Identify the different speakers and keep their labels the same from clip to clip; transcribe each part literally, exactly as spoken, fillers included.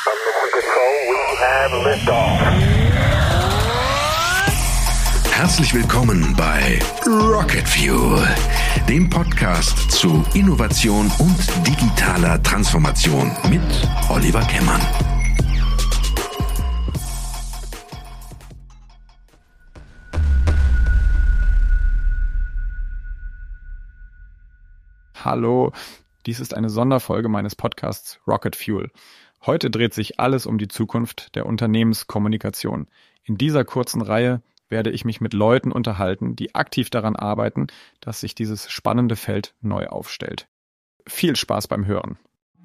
Speaker 1: Mission Control, we have liftoff.
Speaker 2: Herzlich willkommen bei Rocket Fuel, dem Podcast zu Innovation und digitaler Transformation mit Oliver Kemmern.
Speaker 3: Hallo, dies ist eine Sonderfolge meines Podcasts Rocket Fuel. Heute dreht sich alles um die Zukunft der Unternehmenskommunikation. In dieser kurzen Reihe werde ich mich mit Leuten unterhalten, die aktiv daran arbeiten, dass sich dieses spannende Feld neu aufstellt. Viel Spaß beim Hören.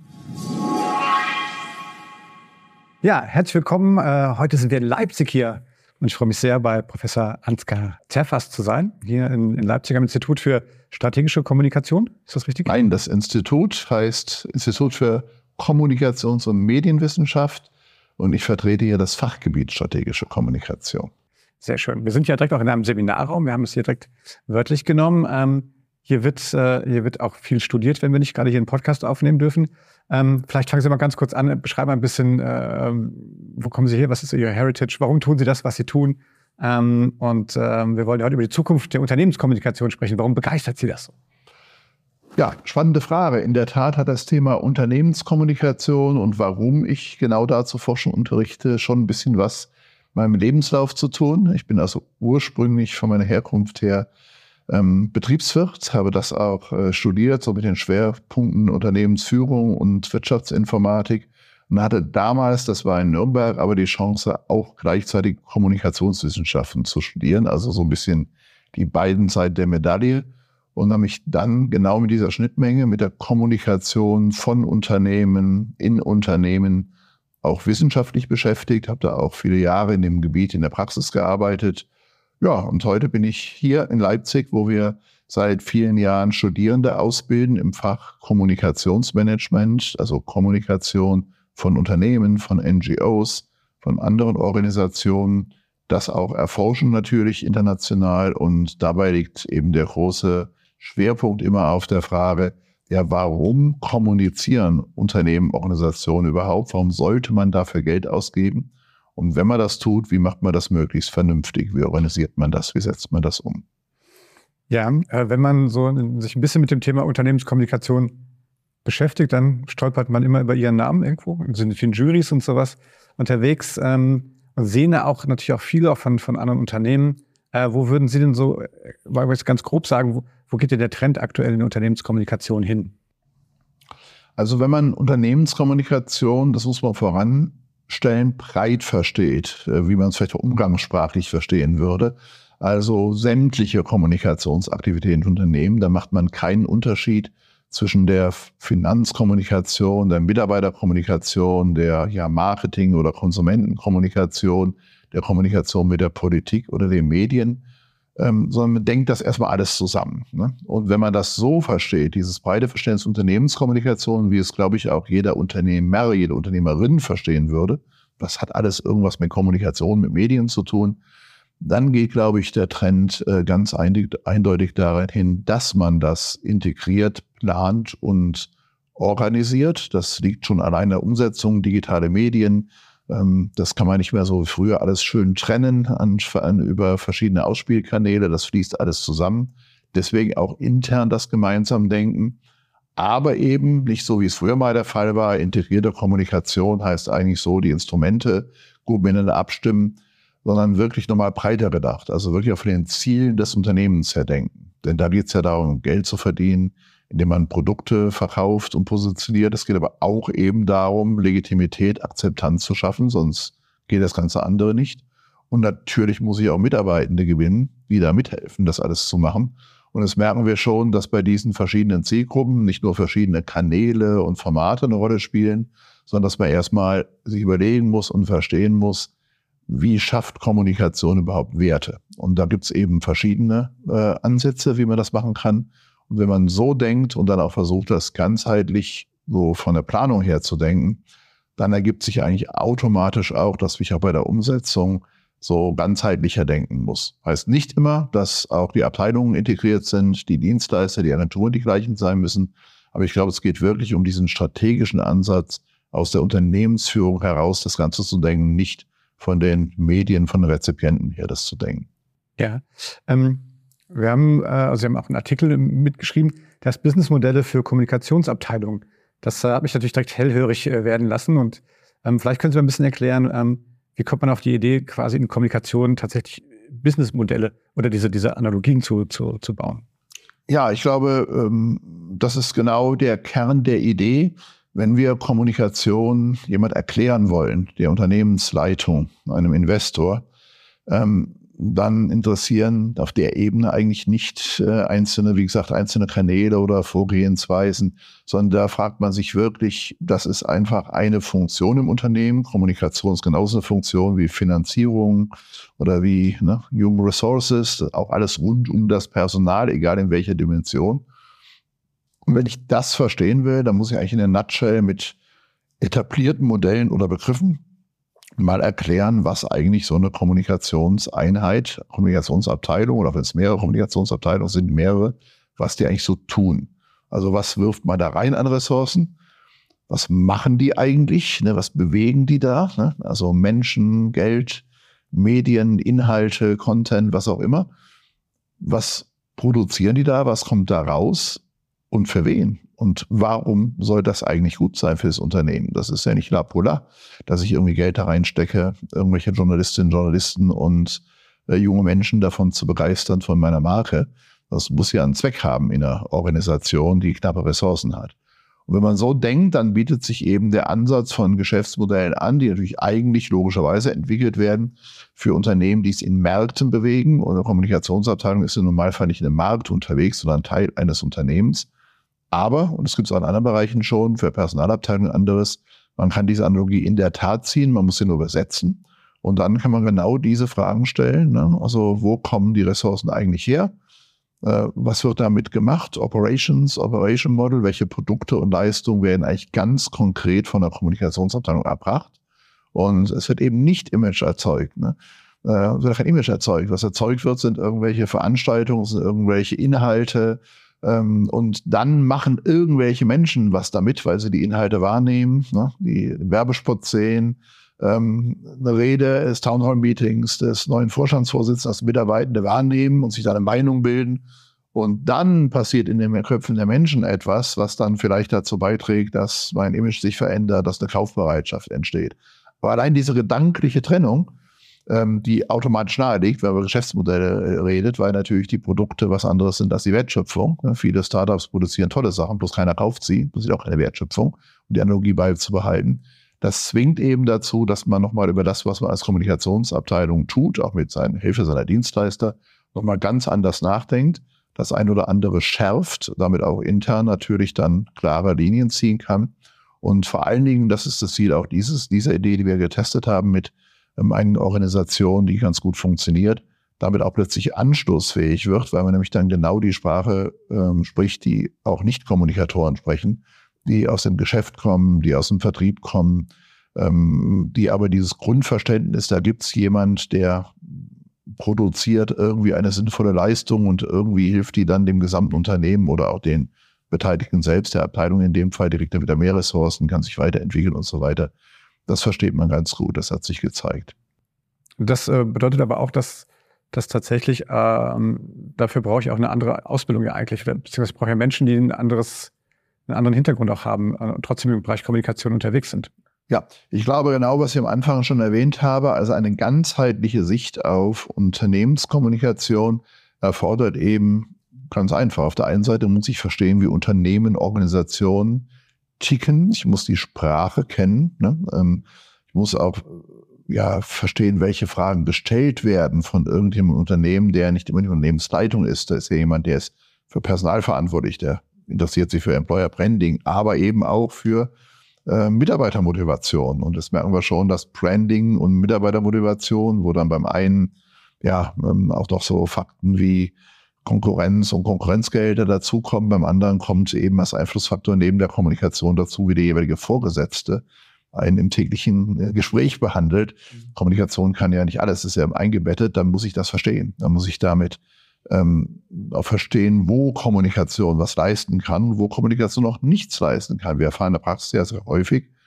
Speaker 4: Ja, herzlich willkommen. Äh, heute sind wir in Leipzig hier und ich freue mich sehr, bei Professor Ansgar Terfas zu sein, hier in, in Leipzig am Institut für strategische Kommunikation. Ist das richtig?
Speaker 5: Nein, das Institut heißt Institut für Kommunikations- und Medienwissenschaft und ich vertrete hier das Fachgebiet strategische Kommunikation.
Speaker 4: Sehr schön. Wir sind ja direkt auch in einem Seminarraum. Wir haben es hier direkt wörtlich genommen. Ähm, hier wird, äh, hier wird auch viel studiert, wenn wir nicht gerade hier einen Podcast aufnehmen dürfen. Ähm, vielleicht fangen Sie mal ganz kurz an, beschreiben ein bisschen, äh, wo kommen Sie her, was ist Ihr Heritage, warum tun Sie das, was Sie tun? Ähm, und ähm, wir wollen heute über die Zukunft der Unternehmenskommunikation sprechen. Warum begeistert Sie das so?
Speaker 5: Ja, spannende Frage. In der Tat hat das Thema Unternehmenskommunikation und warum ich genau dazu Forschung unterrichte, schon ein bisschen was mit meinem Lebenslauf zu tun. Ich bin also ursprünglich von meiner Herkunft her ähm, Betriebswirt, habe das auch äh, studiert, so mit den Schwerpunkten Unternehmensführung und Wirtschaftsinformatik und hatte damals, das war in Nürnberg, aber die Chance, auch gleichzeitig Kommunikationswissenschaften zu studieren, also so ein bisschen die beiden Seiten der Medaille. Und habe mich dann genau mit dieser Schnittmenge, mit der Kommunikation von Unternehmen, in Unternehmen auch wissenschaftlich beschäftigt, habe da auch viele Jahre in dem Gebiet in der Praxis gearbeitet. Ja, und heute bin ich hier in Leipzig, wo wir seit vielen Jahren Studierende ausbilden im Fach Kommunikationsmanagement, also Kommunikation von Unternehmen, von N G Os, von anderen Organisationen, das auch erforschen natürlich international und dabei liegt eben der große Schwerpunkt immer auf der Frage, ja, warum kommunizieren Unternehmen, Organisationen überhaupt? Warum sollte man dafür Geld ausgeben? Und wenn man das tut, wie macht man das möglichst vernünftig? Wie organisiert man das? Wie setzt man das um?
Speaker 4: Ja, äh, wenn man so sich ein bisschen mit dem Thema Unternehmenskommunikation beschäftigt, dann stolpert man immer über Ihren Namen irgendwo. Wir sind in vielen Juries und sowas unterwegs ähm, und sehen da auch natürlich auch viele auch von, von anderen Unternehmen. Äh, wo würden Sie denn so, wollen wir jetzt ganz grob sagen, wo, wo geht denn der Trend aktuell in der Unternehmenskommunikation hin?
Speaker 5: Also wenn man Unternehmenskommunikation, das muss man voranstellen, breit versteht, wie man es vielleicht auch umgangssprachlich verstehen würde, also sämtliche Kommunikationsaktivitäten in Unternehmen, da macht man keinen Unterschied zwischen der Finanzkommunikation, der Mitarbeiterkommunikation, der ja, Marketing- oder Konsumentenkommunikation, der Kommunikation mit der Politik oder den Medien, ähm, sondern man denkt das erstmal alles zusammen. Ne? Und wenn man das so versteht, dieses breite Verständnis Unternehmenskommunikation, wie es, glaube ich, auch jeder Unternehmer, jede Unternehmerin verstehen würde, das hat alles irgendwas mit Kommunikation, mit Medien zu tun, dann geht, glaube ich, der Trend äh, ganz eindeutig, eindeutig dahin, dass man das integriert, plant und organisiert. Das liegt schon allein in der Umsetzung, digitale Medien. Ähm, das kann man nicht mehr so wie früher alles schön trennen an, an, über verschiedene Ausspielkanäle. Das fließt alles zusammen. Deswegen auch intern das gemeinsam denken. Aber eben nicht so, wie es früher mal der Fall war. Integrierte Kommunikation heißt eigentlich so, die Instrumente gut miteinander abstimmen, sondern wirklich nochmal breiter gedacht, also wirklich auch von den Zielen des Unternehmens her denken. Denn da geht es ja darum, Geld zu verdienen, indem man Produkte verkauft und positioniert. Es geht aber auch eben darum, Legitimität, Akzeptanz zu schaffen, sonst geht das ganze andere nicht. Und natürlich muss ich auch Mitarbeitende gewinnen, die da mithelfen, das alles zu machen. Und das merken wir schon, dass bei diesen verschiedenen Zielgruppen nicht nur verschiedene Kanäle und Formate eine Rolle spielen, sondern dass man erstmal sich überlegen muss und verstehen muss, wie schafft Kommunikation überhaupt Werte? Und da gibt es eben verschiedene äh, Ansätze, wie man das machen kann. Und wenn man so denkt und dann auch versucht, das ganzheitlich so von der Planung her zu denken, dann ergibt sich eigentlich automatisch auch, dass ich auch bei der Umsetzung so ganzheitlicher denken muss. Heißt nicht immer, dass auch die Abteilungen integriert sind, die Dienstleister, die Agenturen die gleichen sein müssen. Aber ich glaube, es geht wirklich um diesen strategischen Ansatz, aus der Unternehmensführung heraus das Ganze zu denken, nicht von den Medien, von den Rezipienten her das zu denken.
Speaker 4: Ja, ähm, wir haben, äh, also wir haben auch einen Artikel mitgeschrieben, das Businessmodelle für Kommunikationsabteilungen. Das äh, hat mich natürlich direkt hellhörig äh, werden lassen und ähm, vielleicht können Sie mal ein bisschen erklären, ähm, wie kommt man auf die Idee, quasi in Kommunikation tatsächlich Businessmodelle oder diese, diese Analogien zu, zu, zu bauen?
Speaker 5: Ja, ich glaube, ähm, das ist genau der Kern der Idee. Wenn wir Kommunikation jemand erklären wollen, der Unternehmensleitung, einem Investor, ähm, dann interessieren auf der Ebene eigentlich nicht äh, einzelne, wie gesagt, einzelne Kanäle oder Vorgehensweisen, sondern da fragt man sich wirklich, das ist einfach eine Funktion im Unternehmen. Kommunikation ist genauso eine Funktion wie Finanzierung oder wie ne, Human Resources, auch alles rund um das Personal, egal in welcher Dimension. Und wenn ich das verstehen will, dann muss ich eigentlich in der Nutshell mit etablierten Modellen oder Begriffen mal erklären, was eigentlich so eine Kommunikationseinheit, Kommunikationsabteilung oder wenn es mehrere Kommunikationsabteilungen sind, mehrere, was die eigentlich so tun. Also was wirft man da rein an Ressourcen? Was machen die eigentlich? Ne, was bewegen die da? Ne? Also Menschen, Geld, Medien, Inhalte, Content, was auch immer. Was produzieren die da? Was kommt da raus? Und für wen? Und warum soll das eigentlich gut sein für das Unternehmen? Das ist ja nicht la pola, dass ich irgendwie Geld da reinstecke, irgendwelche Journalistinnen, Journalisten und äh, junge Menschen davon zu begeistern von meiner Marke. Das muss ja einen Zweck haben in einer Organisation, die knappe Ressourcen hat. Und wenn man so denkt, dann bietet sich eben der Ansatz von Geschäftsmodellen an, die natürlich eigentlich logischerweise entwickelt werden für Unternehmen, die es in Märkten bewegen. Und eine Kommunikationsabteilung ist im Normalfall nicht in einem Markt unterwegs, sondern Teil eines Unternehmens. Aber, und es gibt es auch in anderen Bereichen schon, für Personalabteilungen anderes, man kann diese Analogie in der Tat ziehen, man muss sie nur übersetzen. Und dann kann man genau diese Fragen stellen. Ne? Also wo kommen die Ressourcen eigentlich her? Äh, was wird damit gemacht? Operations, Operation Model, welche Produkte und Leistungen werden eigentlich ganz konkret von der Kommunikationsabteilung erbracht? Und es wird eben nicht Image erzeugt. Ne? Äh, es wird kein Image erzeugt. Was erzeugt wird, sind irgendwelche Veranstaltungen, sind irgendwelche Inhalte, und dann machen irgendwelche Menschen was damit, weil sie die Inhalte wahrnehmen, ne? Die Werbespot sehen, ähm, eine Rede des Townhall-Meetings des neuen Vorstandsvorsitzenden, das Mitarbeitende wahrnehmen und sich da eine Meinung bilden. Und dann passiert in den Köpfen der Menschen etwas, was dann vielleicht dazu beiträgt, dass mein Image sich verändert, dass eine Kaufbereitschaft entsteht. Aber allein diese gedankliche Trennung, die automatisch nahe liegt, wenn man über Geschäftsmodelle redet, weil natürlich die Produkte was anderes sind als die Wertschöpfung. Viele Startups produzieren tolle Sachen, bloß keiner kauft sie. Das ist auch keine Wertschöpfung, um die Analogie beizubehalten. Das zwingt eben dazu, dass man nochmal über das, was man als Kommunikationsabteilung tut, auch mit seiner Hilfe seiner Dienstleister, nochmal ganz anders nachdenkt, das ein oder andere schärft, damit auch intern natürlich dann klare Linien ziehen kann. Und vor allen Dingen, das ist das Ziel auch dieses, dieser Idee, die wir getestet haben mit eine Organisation, die ganz gut funktioniert, damit auch plötzlich anstoßfähig wird, weil man nämlich dann genau die Sprache ähm, spricht, die auch Nicht-Kommunikatoren sprechen, die aus dem Geschäft kommen, die aus dem Vertrieb kommen, ähm, die aber dieses Grundverständnis, da gibt es jemand, der produziert irgendwie eine sinnvolle Leistung und irgendwie hilft die dann dem gesamten Unternehmen oder auch den Beteiligten selbst, der Abteilung in dem Fall, die kriegt dann wieder mehr Ressourcen, kann sich weiterentwickeln und so weiter. Das versteht man ganz gut, das hat sich gezeigt.
Speaker 4: Das äh, bedeutet aber auch, dass, dass tatsächlich, ähm, dafür brauche ich auch eine andere Ausbildung ja eigentlich, beziehungsweise brauche ich ja Menschen, die ein anderes, einen anderen Hintergrund auch haben äh, und trotzdem im Bereich Kommunikation unterwegs sind.
Speaker 5: Ja, ich glaube genau, was ich am Anfang schon erwähnt habe, also eine ganzheitliche Sicht auf Unternehmenskommunikation erfordert eben ganz einfach. Auf der einen Seite muss ich verstehen, wie Unternehmen, Organisationen ticken. Ich muss die Sprache kennen. Ne? Ähm, ich muss auch ja, verstehen, welche Fragen gestellt werden von irgendeinem Unternehmen, der nicht immer die Unternehmensleitung ist. Da ist ja jemand, der ist für Personal verantwortlich, der interessiert sich für Employer Branding, aber eben auch für äh, Mitarbeitermotivation. Und das merken wir schon, dass Branding und Mitarbeitermotivation, wo dann beim einen ja ähm, auch doch so Fakten wie Konkurrenz und Konkurrenzgelder dazukommen. Beim anderen kommt eben als Einflussfaktor neben der Kommunikation dazu, wie der jeweilige Vorgesetzte einen im täglichen Gespräch behandelt. Mhm. Kommunikation kann ja nicht alles, ist ja eingebettet, dann muss ich das verstehen. Dann muss ich damit ähm, auch verstehen, wo Kommunikation was leisten kann, wo Kommunikation auch nichts leisten kann. Wir erfahren in der Praxis ja sehr häufig,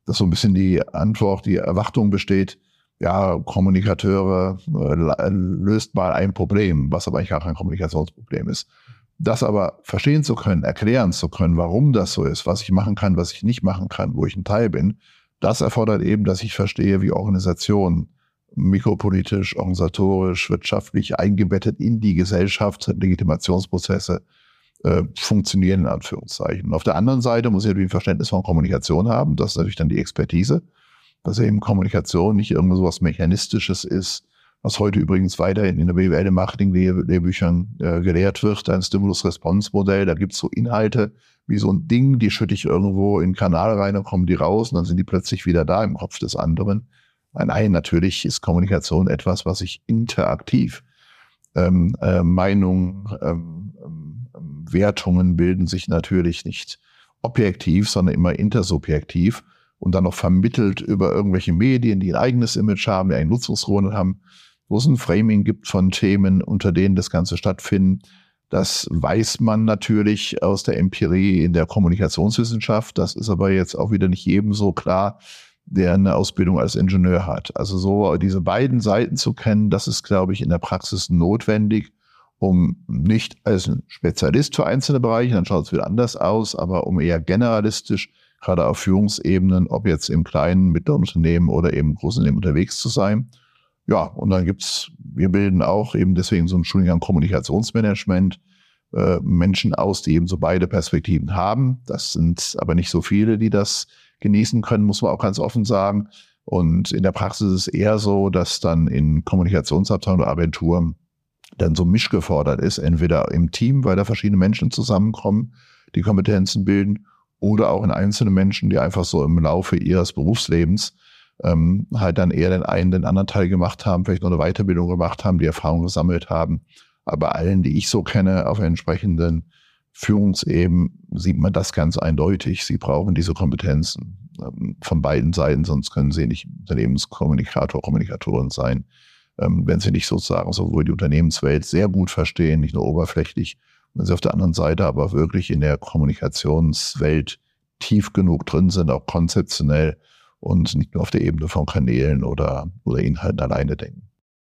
Speaker 5: dass so ein bisschen die Antwort, die Erwartung besteht, ja, Kommunikateure äh, löst mal ein Problem, was aber eigentlich gar kein Kommunikationsproblem ist. Das aber verstehen zu können, erklären zu können, warum das so ist, was ich machen kann, was ich nicht machen kann, wo ich ein Teil bin, das erfordert eben, dass ich verstehe, wie Organisationen mikropolitisch, organisatorisch, wirtschaftlich eingebettet in die Gesellschaft, Legitimationsprozesse äh, funktionieren, in Anführungszeichen. Und auf der anderen Seite muss ich natürlich ein Verständnis von Kommunikation haben. Das ist natürlich dann die Expertise, dass eben Kommunikation nicht irgendwas was Mechanistisches ist, was heute übrigens weiterhin in der B W L, in Marketing-Lehrbüchern äh, gelehrt wird, ein Stimulus-Response-Modell. Da gibt es so Inhalte wie so ein Ding, die schütte ich irgendwo in den Kanal rein, dann kommen die raus und dann sind die plötzlich wieder da im Kopf des anderen. Nein, natürlich ist Kommunikation etwas, was sich interaktiv, ähm, äh, Meinungen, ähm, ähm, Wertungen bilden sich natürlich nicht objektiv, sondern immer intersubjektiv und dann noch vermittelt über irgendwelche Medien, die ein eigenes Image haben, die einen Nutzungsgrund haben, wo es ein Framing gibt von Themen, unter denen das Ganze stattfindet. Das weiß man natürlich aus der Empirie in der Kommunikationswissenschaft. Das ist aber jetzt auch wieder nicht jedem so klar, der eine Ausbildung als Ingenieur hat. Also so diese beiden Seiten zu kennen, das ist, glaube ich, in der Praxis notwendig, um nicht als ein Spezialist für einzelne Bereiche, dann schaut es wieder anders aus, aber um eher generalistisch, gerade auf Führungsebenen, ob jetzt im kleinen, mittleren Unternehmen oder eben im großen Unternehmen unterwegs zu sein. Ja, und dann gibt's, wir bilden auch eben deswegen so einen Studiengang Kommunikationsmanagement, äh, Menschen aus, die eben so beide Perspektiven haben. Das sind aber nicht so viele, die das genießen können, muss man auch ganz offen sagen. Und in der Praxis ist es eher so, dass dann in Kommunikationsabteilungen oder Agenturen dann so Misch gefordert ist, entweder im Team, weil da verschiedene Menschen zusammenkommen, die Kompetenzen bilden, oder auch in einzelnen Menschen, die einfach so im Laufe ihres Berufslebens ähm, halt dann eher den einen, den anderen Teil gemacht haben, vielleicht noch eine Weiterbildung gemacht haben, die Erfahrung gesammelt haben. Aber bei allen, die ich so kenne, auf entsprechenden Führungsebenen sieht man das ganz eindeutig. Sie brauchen diese Kompetenzen ähm, von beiden Seiten, sonst können sie nicht Unternehmenskommunikator, Kommunikatoren sein, ähm, wenn sie nicht sozusagen sowohl die Unternehmenswelt sehr gut verstehen, nicht nur oberflächlich, wenn sie auf der anderen Seite aber wirklich in der Kommunikationswelt tief genug drin sind, auch konzeptionell und nicht nur auf der Ebene von Kanälen oder, oder Inhalten alleine denken.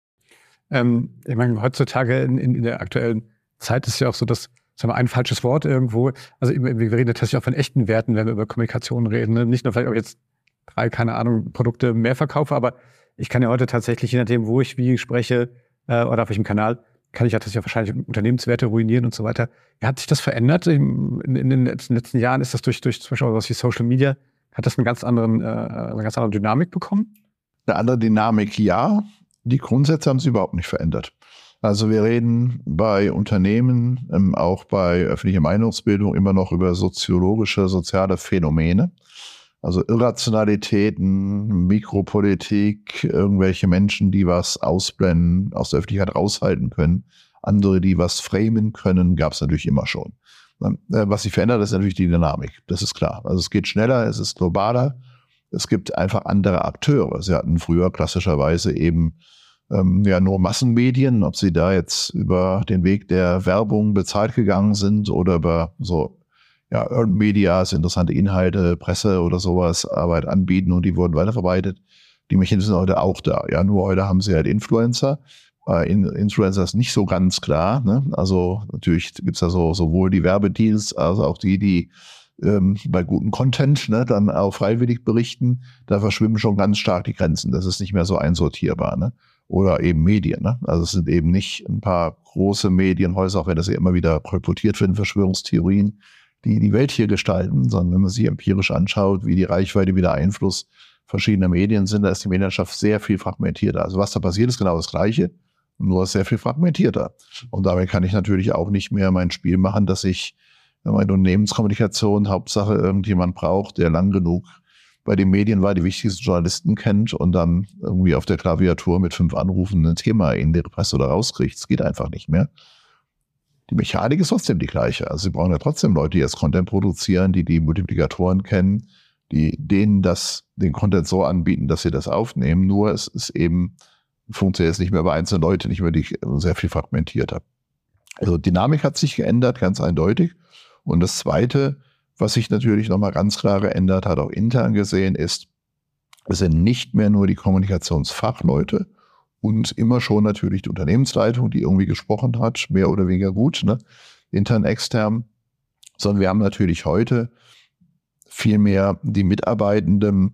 Speaker 4: Ähm, ich meine, heutzutage in, in der aktuellen Zeit ist ja auch so, dass, sagen wir, ein falsches Wort irgendwo, also wir reden tatsächlich auch von echten Werten, wenn wir über Kommunikation reden, ne? Nicht nur vielleicht auch jetzt drei, keine Ahnung, Produkte mehr verkaufe, aber ich kann ja heute tatsächlich, je nachdem, wo ich wie spreche äh, oder auf welchem Kanal, kann ich ja tatsächlich wahrscheinlich Unternehmenswerte ruinieren und so weiter. Ja, hat sich das verändert? In, in, in den letzten Jahren ist das durch, durch zum Beispiel was wie Social Media, hat das einen ganz anderen, äh, eine ganz andere Dynamik bekommen?
Speaker 5: Eine andere Dynamik, ja. Die Grundsätze haben sich überhaupt nicht verändert. Also wir reden bei Unternehmen, ähm, auch bei öffentlicher Meinungsbildung immer noch über soziologische, soziale Phänomene. Also Irrationalitäten, Mikropolitik, irgendwelche Menschen, die was ausblenden, aus der Öffentlichkeit raushalten können. Andere, die was framen können, gab es natürlich immer schon. Was sich verändert, ist natürlich die Dynamik. Das ist klar. Also es geht schneller, es ist globaler. Es gibt einfach andere Akteure. Sie hatten früher klassischerweise eben ähm, ja nur Massenmedien, ob sie da jetzt über den Weg der Werbung bezahlt gegangen sind oder über so ja, Earned Medias, interessante Inhalte, Presse oder sowas, Arbeit anbieten und die wurden weiterverbreitet. Die Mechanismen sind heute auch da. Ja, nur heute haben sie halt Influencer. Äh, in, Influencer ist nicht so ganz klar. Ne? Also natürlich gibt's da so sowohl die Werbedeals, als auch die, die ähm, bei gutem Content ne, dann auch freiwillig berichten. Da verschwimmen schon ganz stark die Grenzen. Das ist nicht mehr so einsortierbar. Ne? Oder eben Medien. Ne? Also es sind eben nicht ein paar große Medienhäuser, auch wenn das ja immer wieder kolportiert wird in Verschwörungstheorien, die die Welt hier gestalten, sondern wenn man sich empirisch anschaut, wie die Reichweite, wie der Einfluss verschiedener Medien sind, da ist die Medienlandschaft sehr viel fragmentierter. Also was da passiert, ist genau das Gleiche, nur sehr viel fragmentierter. Und damit kann ich natürlich auch nicht mehr mein Spiel machen, dass ich meine Unternehmenskommunikation, Hauptsache irgendjemand braucht, der lang genug bei den Medien war, die wichtigsten Journalisten kennt und dann irgendwie auf der Klaviatur mit fünf Anrufen ein Thema in der Presse oder rauskriegt. Es geht einfach nicht mehr. Die Mechanik ist trotzdem die gleiche. Also Sie brauchen ja trotzdem Leute, die jetzt Content produzieren, die die Multiplikatoren kennen, die denen das, den Content so anbieten, dass sie das aufnehmen. Nur es ist eben, funktioniert es nicht mehr bei einzelnen Leuten, nicht mehr die, sehr viel fragmentierter. Also Dynamik hat sich geändert, ganz eindeutig. Und das Zweite, was sich natürlich nochmal ganz klar geändert hat, auch intern gesehen, ist, Es sind nicht mehr nur die Kommunikationsfachleute und immer schon natürlich die Unternehmensleitung, die irgendwie gesprochen hat, mehr oder weniger gut, ne? Intern, extern, sondern wir haben natürlich heute vielmehr die Mitarbeitenden,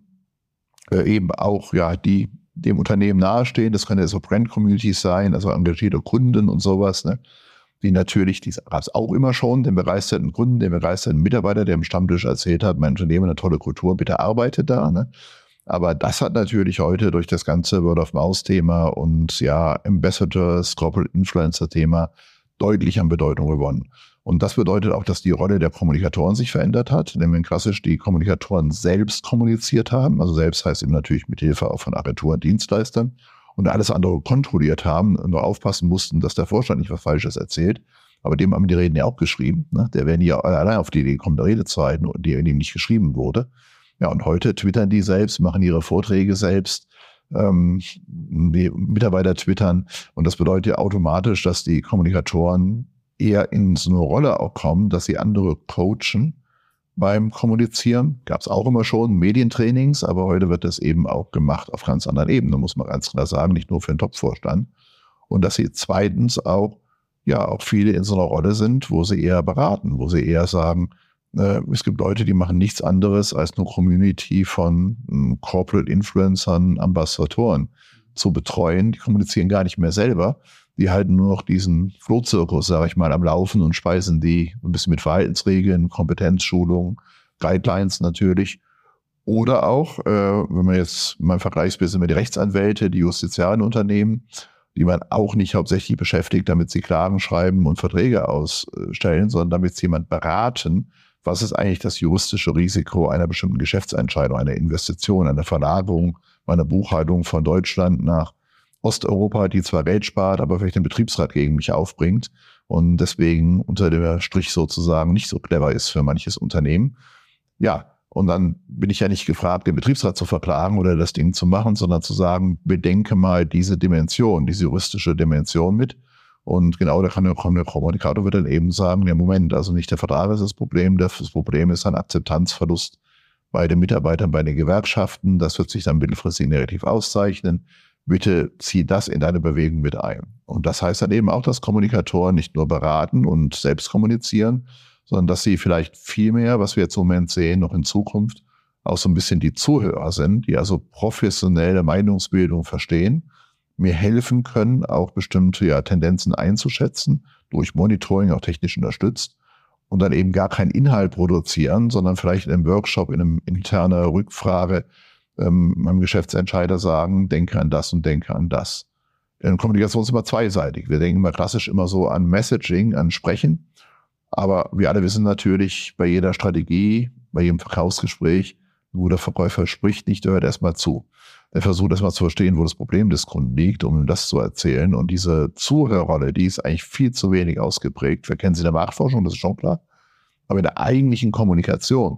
Speaker 5: äh, eben auch ja die dem Unternehmen nahestehen. Das können ja so Brand-Communities sein, also engagierte Kunden und sowas, ne? Die natürlich, die gab es auch immer schon, den begeisterten Kunden, den begeisterten Mitarbeiter, der im Stammtisch erzählt hat, mein Unternehmen hat eine tolle Kultur, bitte arbeitet da, ne? Aber das hat natürlich heute durch das ganze Word-of-Mouth-Thema und ja, Ambassadors, Corporate Influencer-Thema deutlich an Bedeutung gewonnen. Und das bedeutet auch, dass die Rolle der Kommunikatoren sich verändert hat, nämlich klassisch die Kommunikatoren selbst kommuniziert haben, also selbst heißt eben natürlich mit Hilfe auch von Agenturen, Dienstleistern und alles andere kontrolliert haben und nur aufpassen mussten, dass der Vorstand nicht was Falsches erzählt. Aber dem haben die Reden ja auch geschrieben, ne? Der wäre nie allein auf die Idee gekommen, eine Rede zu halten, die ihm nicht geschrieben wurde. Ja, und heute twittern die selbst, machen ihre Vorträge selbst, ähm, die Mitarbeiter twittern. Und das bedeutet ja automatisch, dass die Kommunikatoren eher in so eine Rolle auch kommen, dass sie andere coachen beim Kommunizieren. Gab es auch immer schon Medientrainings, aber heute wird das eben auch gemacht auf ganz anderen Ebenen, muss man ganz klar sagen, nicht nur für den Top-Vorstand. Und dass sie zweitens auch, ja, auch viele in so einer Rolle sind, wo sie eher beraten, wo sie eher sagen, äh, es gibt Leute, die machen nichts anderes als eine Community von äh, Corporate Influencern, Ambassadoren zu betreuen. Die kommunizieren gar nicht mehr selber. Die halten nur noch diesen Flohzirkus, sage ich mal, am Laufen und speisen die ein bisschen mit Verhaltensregeln, Kompetenzschulung, Guidelines natürlich. Oder auch, äh, wenn man jetzt mal vergleicht, bisschen mit die Rechtsanwälte, die justizialen Unternehmen, die man auch nicht hauptsächlich beschäftigt, damit sie Klagen schreiben und Verträge ausstellen, sondern damit sie jemand beraten, was ist eigentlich das juristische Risiko einer bestimmten Geschäftsentscheidung, einer Investition, einer Verlagerung, einer Buchhaltung von Deutschland nach Osteuropa, die zwar Geld spart, aber vielleicht den Betriebsrat gegen mich aufbringt und deswegen unter dem Strich sozusagen nicht so clever ist für manches Unternehmen. Ja, und dann bin ich ja nicht gefragt, den Betriebsrat zu verklagen oder das Ding zu machen, sondern zu sagen, bedenke mal diese Dimension, diese juristische Dimension mit. Und genau da kann der, der Kommunikator wird dann eben sagen, ja Moment, also nicht der Vertrag ist das Problem, das Problem ist ein Akzeptanzverlust bei den Mitarbeitern, bei den Gewerkschaften. Das wird sich dann mittelfristig negativ auszeichnen. Bitte zieh das in deine Bewegung mit ein. Und das heißt dann eben auch, dass Kommunikatoren nicht nur beraten und selbst kommunizieren, sondern dass sie vielleicht viel mehr, was wir jetzt im Moment sehen, noch in Zukunft auch so ein bisschen die Zuhörer sind, die also professionelle Meinungsbildung verstehen, mir helfen können, auch bestimmte ja, Tendenzen einzuschätzen, durch Monitoring auch technisch unterstützt und dann eben gar keinen Inhalt produzieren, sondern vielleicht in einem Workshop, in einem internen Rückfrage ähm, meinem Geschäftsentscheider sagen, denke an das und denke an das. In Kommunikation ist immer zweiseitig. Wir denken immer klassisch immer so an Messaging, an Sprechen. Aber wir alle wissen natürlich, bei jeder Strategie, bei jedem Verkaufsgespräch, ein guter Verkäufer spricht nicht, der hört erstmal zu. Er versucht erstmal zu verstehen, wo das Problem des Kunden liegt, um ihm das zu erzählen. Und diese Zuhörrolle, die ist eigentlich viel zu wenig ausgeprägt. Wir kennen sie in der Marktforschung, das ist schon klar. Aber in der eigentlichen Kommunikation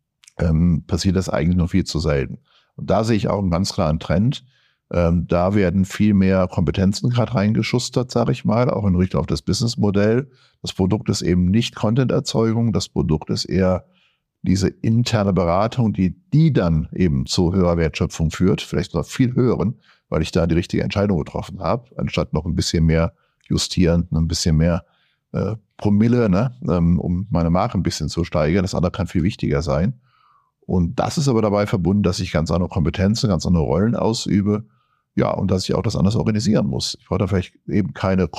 Speaker 5: ähm, passiert das eigentlich nur viel zu selten. Und da sehe ich auch einen ganz klaren Trend. Ähm, da werden viel mehr Kompetenzen gerade reingeschustert, sage ich mal, auch in Richtung auf das Businessmodell. Das Produkt ist eben nicht Content-Erzeugung, das Produkt ist eher diese interne Beratung, die die dann eben zu höherer Wertschöpfung führt, vielleicht noch viel höheren, weil ich da die richtige Entscheidung getroffen habe, anstatt noch ein bisschen mehr justieren, ein bisschen mehr äh, Promille, ne, ähm, um meine Marke ein bisschen zu steigern. Das andere kann viel wichtiger sein. Und das ist aber dabei verbunden, dass ich ganz andere Kompetenzen, ganz andere Rollen ausübe. Ja, und dass ich auch das anders organisieren muss. Ich brauche da vielleicht eben keine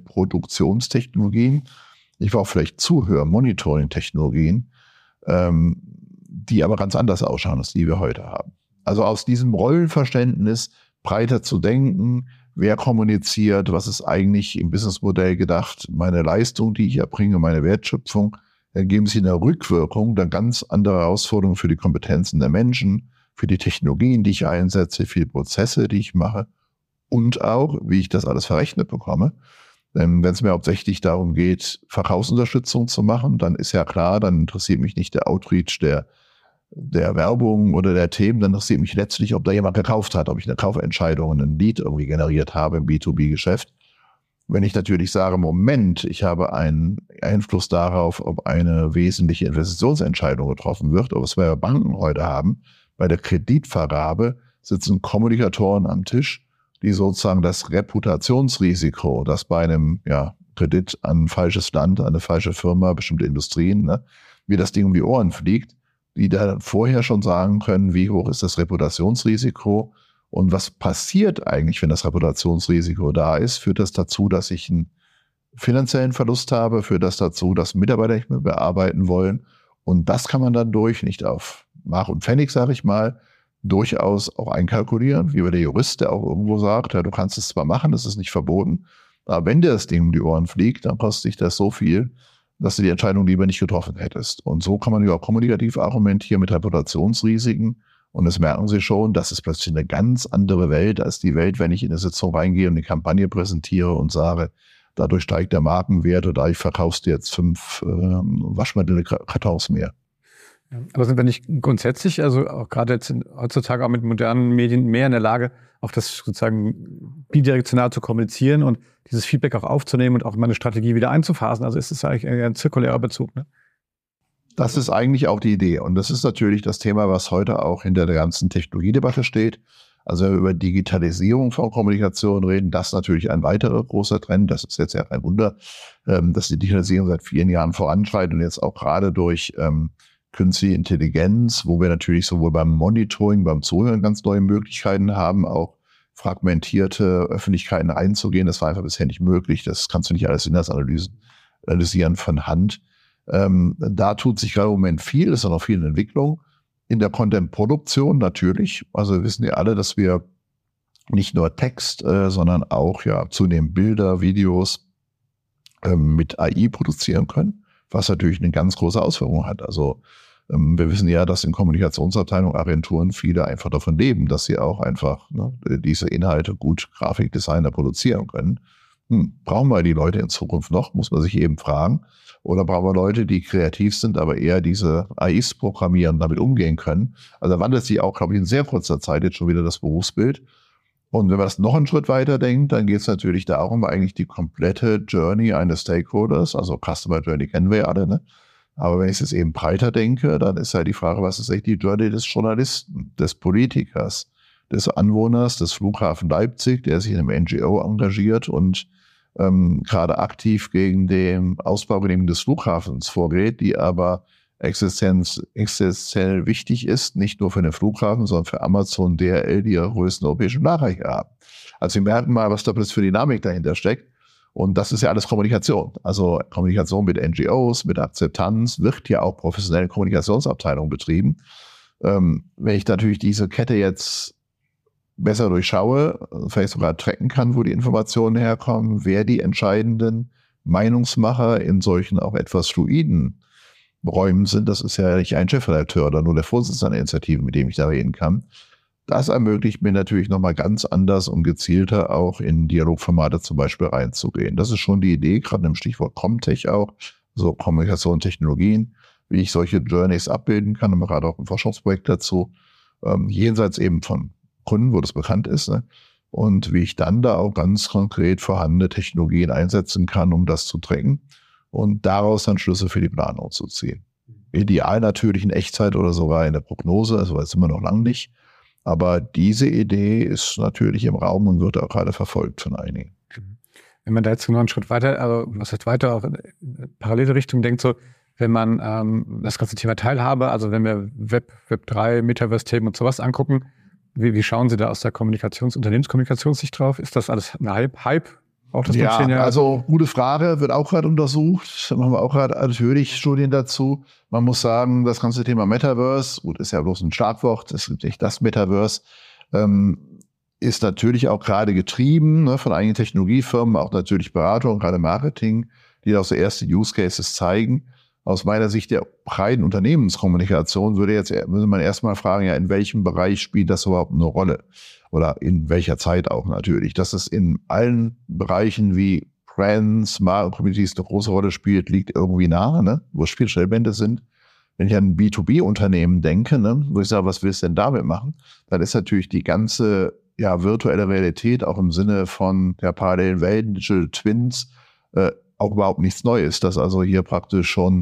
Speaker 5: Content-Produktionstechnologien. Ich brauche vielleicht Zuhör-, Monitoring-Technologien, ähm, die aber ganz anders ausschauen, als die wir heute haben. Also aus diesem Rollenverständnis breiter zu denken, wer kommuniziert, was ist eigentlich im Businessmodell gedacht, meine Leistung, die ich erbringe, meine Wertschöpfung, dann geben sie in der Rückwirkung dann ganz andere Herausforderungen für die Kompetenzen der Menschen, für die Technologien, die ich einsetze, für die Prozesse, die ich mache und auch, wie ich das alles verrechnet bekomme. Denn wenn es mir hauptsächlich darum geht, Verkaufsunterstützung zu machen, dann ist ja klar, dann interessiert mich nicht der Outreach der, der Werbung oder der Themen, dann interessiert mich letztlich, ob da jemand gekauft hat, ob ich eine Kaufentscheidung, einen Lead irgendwie generiert habe im B zwei B-Geschäft. Wenn ich natürlich sage, Moment, ich habe einen Einfluss darauf, ob eine wesentliche Investitionsentscheidung getroffen wird, oder was wir ja Banken heute haben, Bei der Kreditvergabe sitzen Kommunikatoren am Tisch, die sozusagen das Reputationsrisiko, das bei einem ja, Kredit an ein falsches Land, an eine falsche Firma, bestimmte Industrien, ne, wie das Ding um die Ohren fliegt, die da vorher schon sagen können, wie hoch ist das Reputationsrisiko und was passiert eigentlich, wenn das Reputationsrisiko da ist. Führt das dazu, dass ich einen finanziellen Verlust habe? Führt das dazu, dass Mitarbeiter nicht mehr bearbeiten wollen? Und das kann man dann durch, nicht auf Mach und Pfennig, sage ich mal, durchaus auch einkalkulieren, wie der Jurist, der auch irgendwo sagt, ja, du kannst es zwar machen, das ist nicht verboten, aber wenn dir das Ding um die Ohren fliegt, dann kostet dich das so viel, dass du die Entscheidung lieber nicht getroffen hättest. Und so kann man ja auch kommunikativ argumentieren mit Reputationsrisiken. Und das merken Sie schon, das ist plötzlich eine ganz andere Welt als die Welt, wenn ich in eine Sitzung reingehe und eine Kampagne präsentiere und sage, dadurch steigt der Markenwert oder ich verkaufst dir jetzt fünf äh, Waschmittelkartons mehr.
Speaker 4: Aber sind wir nicht grundsätzlich, also auch gerade jetzt in, heutzutage auch mit modernen Medien mehr in der Lage, auch das sozusagen bidirektional zu kommunizieren und dieses Feedback auch aufzunehmen und auch meine Strategie wieder einzuphasen? Also ist es eigentlich ein zirkulärer Bezug, ne?
Speaker 5: Das ist eigentlich auch die Idee. Und das ist natürlich das Thema, was heute auch hinter der ganzen Technologiedebatte steht. Also wenn wir über Digitalisierung von Kommunikation reden, das ist natürlich ein weiterer großer Trend. Das ist jetzt ja kein Wunder, dass die Digitalisierung seit vielen Jahren voranschreitet und jetzt auch gerade durch ähm, künstliche Intelligenz, wo wir natürlich sowohl beim Monitoring, beim Zuhören ganz neue Möglichkeiten haben, auch fragmentierte Öffentlichkeiten einzugehen. Das war einfach bisher nicht möglich. Das kannst du nicht alles Inhaltsanalysen analysieren von Hand. Ähm, da tut sich gerade im Moment viel, ist auch noch viel in Entwicklung. In der Content-Produktion natürlich. Also wir wissen ja alle, dass wir nicht nur Text, äh, sondern auch ja zunehmend Bilder, Videos äh, mit A I produzieren können, was natürlich eine ganz große Auswirkung hat. Also ähm, wir wissen ja, dass in Kommunikationsabteilungen, Agenturen viele einfach davon leben, dass sie auch einfach ne, diese Inhalte gut Grafikdesigner produzieren können. Hm, brauchen wir die Leute in Zukunft noch, muss man sich eben fragen. Oder brauchen wir Leute, die kreativ sind, aber eher diese A Is programmieren, damit umgehen können. Also da wandelt sich auch, glaube ich, in sehr kurzer Zeit jetzt schon wieder das Berufsbild. Und wenn man das noch einen Schritt weiter denkt, dann geht es natürlich darum, eigentlich die komplette Journey eines Stakeholders, also Customer Journey kennen wir ja alle, ne? Aber wenn ich es jetzt eben breiter denke, dann ist halt die Frage, was ist eigentlich die Journey des Journalisten, des Politikers, des Anwohners des Flughafen Leipzig, der sich in einem N G O engagiert und ähm, gerade aktiv gegen den Ausbaugenehmigung des Flughafens vorgeht, die aber Existenz, existenziell wichtig ist, nicht nur für den Flughafen, sondern für Amazon, D H L, die ihre größten europäischen Nachrichten haben. Also Sie merken mal, was da plötzlich für Dynamik dahinter steckt. Und das ist ja alles Kommunikation. Also Kommunikation mit N G Os, mit Akzeptanz, wird ja auch professionell in Kommunikationsabteilungen betrieben. Ähm, wenn ich natürlich diese Kette jetzt besser durchschaue, vielleicht sogar tracken kann, wo die Informationen herkommen, wer die entscheidenden Meinungsmacher in solchen auch etwas fluiden Räumen sind, das ist ja nicht ein Chefredakteur oder nur der Vorsitzende der Initiative, mit dem ich da reden kann. Das ermöglicht mir natürlich nochmal ganz anders und gezielter auch in Dialogformate zum Beispiel reinzugehen. Das ist schon die Idee, gerade im Stichwort Comtech auch, so Kommunikation und Technologien, wie ich solche Journeys abbilden kann, und gerade auch ein Forschungsprojekt dazu, ähm, jenseits eben von Kunden, wo das bekannt ist, ne? Und wie ich dann da auch ganz konkret vorhandene Technologien einsetzen kann, um das zu tracken und daraus dann Schlüsse für die Planung zu ziehen. Ideal natürlich in Echtzeit oder sogar in der Prognose, also weiß immer noch lange nicht. Aber diese Idee ist natürlich im Raum und wird auch gerade verfolgt von einigen.
Speaker 4: Wenn man da jetzt noch einen Schritt weiter, also was heißt weiter, auch in parallele Richtung denkt, so, wenn man ähm, das ganze Thema Teilhabe, also wenn wir Web, Web drei, Metaverse-Themen und sowas angucken, wie, wie schauen Sie da aus der Kommunikations-, Unternehmenskommunikationssicht drauf? Ist das alles ein Hype? Hype? Auch das
Speaker 5: ja, also gute Frage, wird auch gerade untersucht. Da machen wir auch gerade natürlich Studien dazu. Man muss sagen, das ganze Thema Metaverse, gut, ist ja bloß ein Schlagwort, es gibt nicht das Metaverse, ähm, ist natürlich auch gerade getrieben ne, von einigen Technologiefirmen, auch natürlich Beratung, gerade Marketing, die auch so erste Use Cases zeigen. Aus meiner Sicht der breiten Unternehmenskommunikation würde jetzt, würde man erstmal fragen, ja, in welchem Bereich spielt das überhaupt eine Rolle? Oder in welcher Zeit auch natürlich. Dass es in allen Bereichen wie Brands, Communities eine große Rolle spielt, liegt irgendwie nahe, ne? Wo Spielstellbände sind. Wenn ich an ein B zwei B-Unternehmen denke, ne, wo ich sage, was willst du denn damit machen? Dann ist natürlich die ganze ja, virtuelle Realität auch im Sinne von der parallelen Welten, Digital Twins, äh, auch überhaupt nichts Neues. Dass also hier praktisch schon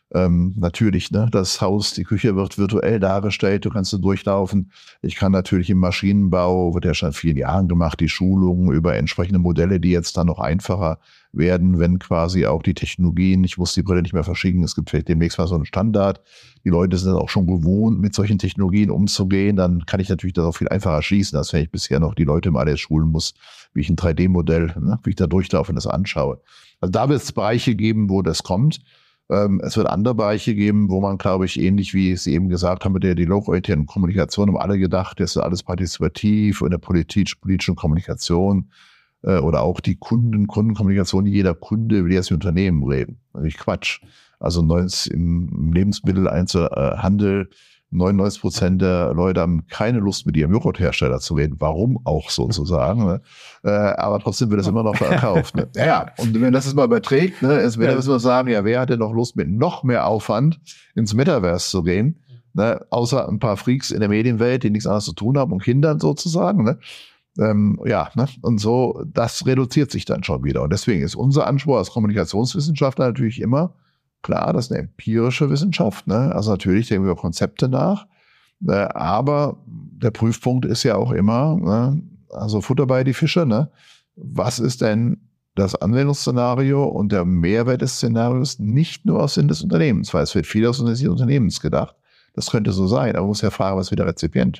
Speaker 5: Ähm, natürlich, ne, das Haus, die Küche wird virtuell dargestellt, du kannst du durchlaufen. Ich kann natürlich im Maschinenbau, wird ja schon seit vielen Jahren gemacht, die Schulungen über entsprechende Modelle, die jetzt dann noch einfacher werden, wenn quasi auch die Technologien, ich muss die Brille nicht mehr verschicken, es gibt vielleicht demnächst mal so einen Standard. Die Leute sind auch schon gewohnt, mit solchen Technologien umzugehen, dann kann ich natürlich das auch viel einfacher schließen, als wenn ich bisher noch die Leute im A D S schulen muss, wie ich ein drei D Modell, ne, wie ich da durchlaufe und das anschaue. Also da wird es Bereiche geben, wo das kommt. Ähm, es wird andere Bereiche geben, wo man, glaube ich, ähnlich wie Sie eben gesagt haben, mit der dialogorientierten Kommunikation, haben alle gedacht, das ist alles partizipativ und in der politisch, politischen Kommunikation äh, oder auch die Kunden, Kundenkommunikation, jeder Kunde will jetzt mit Unternehmen reden. Natürlich Quatsch. Also im Lebensmitteleinzelhandel neunundneunzig Prozent der Leute haben keine Lust, mit ihrem Joghurthersteller zu reden. Warum auch sozusagen? Ne? Äh, aber trotzdem wird das immer noch verkauft. Ne? Ja, ja, und wenn das jetzt mal überträgt, ne, ist, wenn ja. wir sagen, ja, wer hat denn noch Lust, mit noch mehr Aufwand ins Metaverse zu gehen? Ne? Außer ein paar Freaks in der Medienwelt, die nichts anderes zu tun haben und Kindern sozusagen. Ne? Ähm, ja, ne? Und so, das reduziert sich dann schon wieder. Und deswegen ist unser Anspruch als Kommunikationswissenschaftler natürlich immer, klar, das ist eine empirische Wissenschaft, ne? Also natürlich denken wir über Konzepte nach, äh, aber der Prüfpunkt ist ja auch immer, ne? Also Futter bei die Fische, ne? Was ist denn das Anwendungsszenario und der Mehrwert des Szenarios nicht nur aus Sinn des Unternehmens, weil es wird viel aus Sinn des Unternehmens gedacht. Das könnte so sein, aber man muss ja fragen, was ist der Rezipient?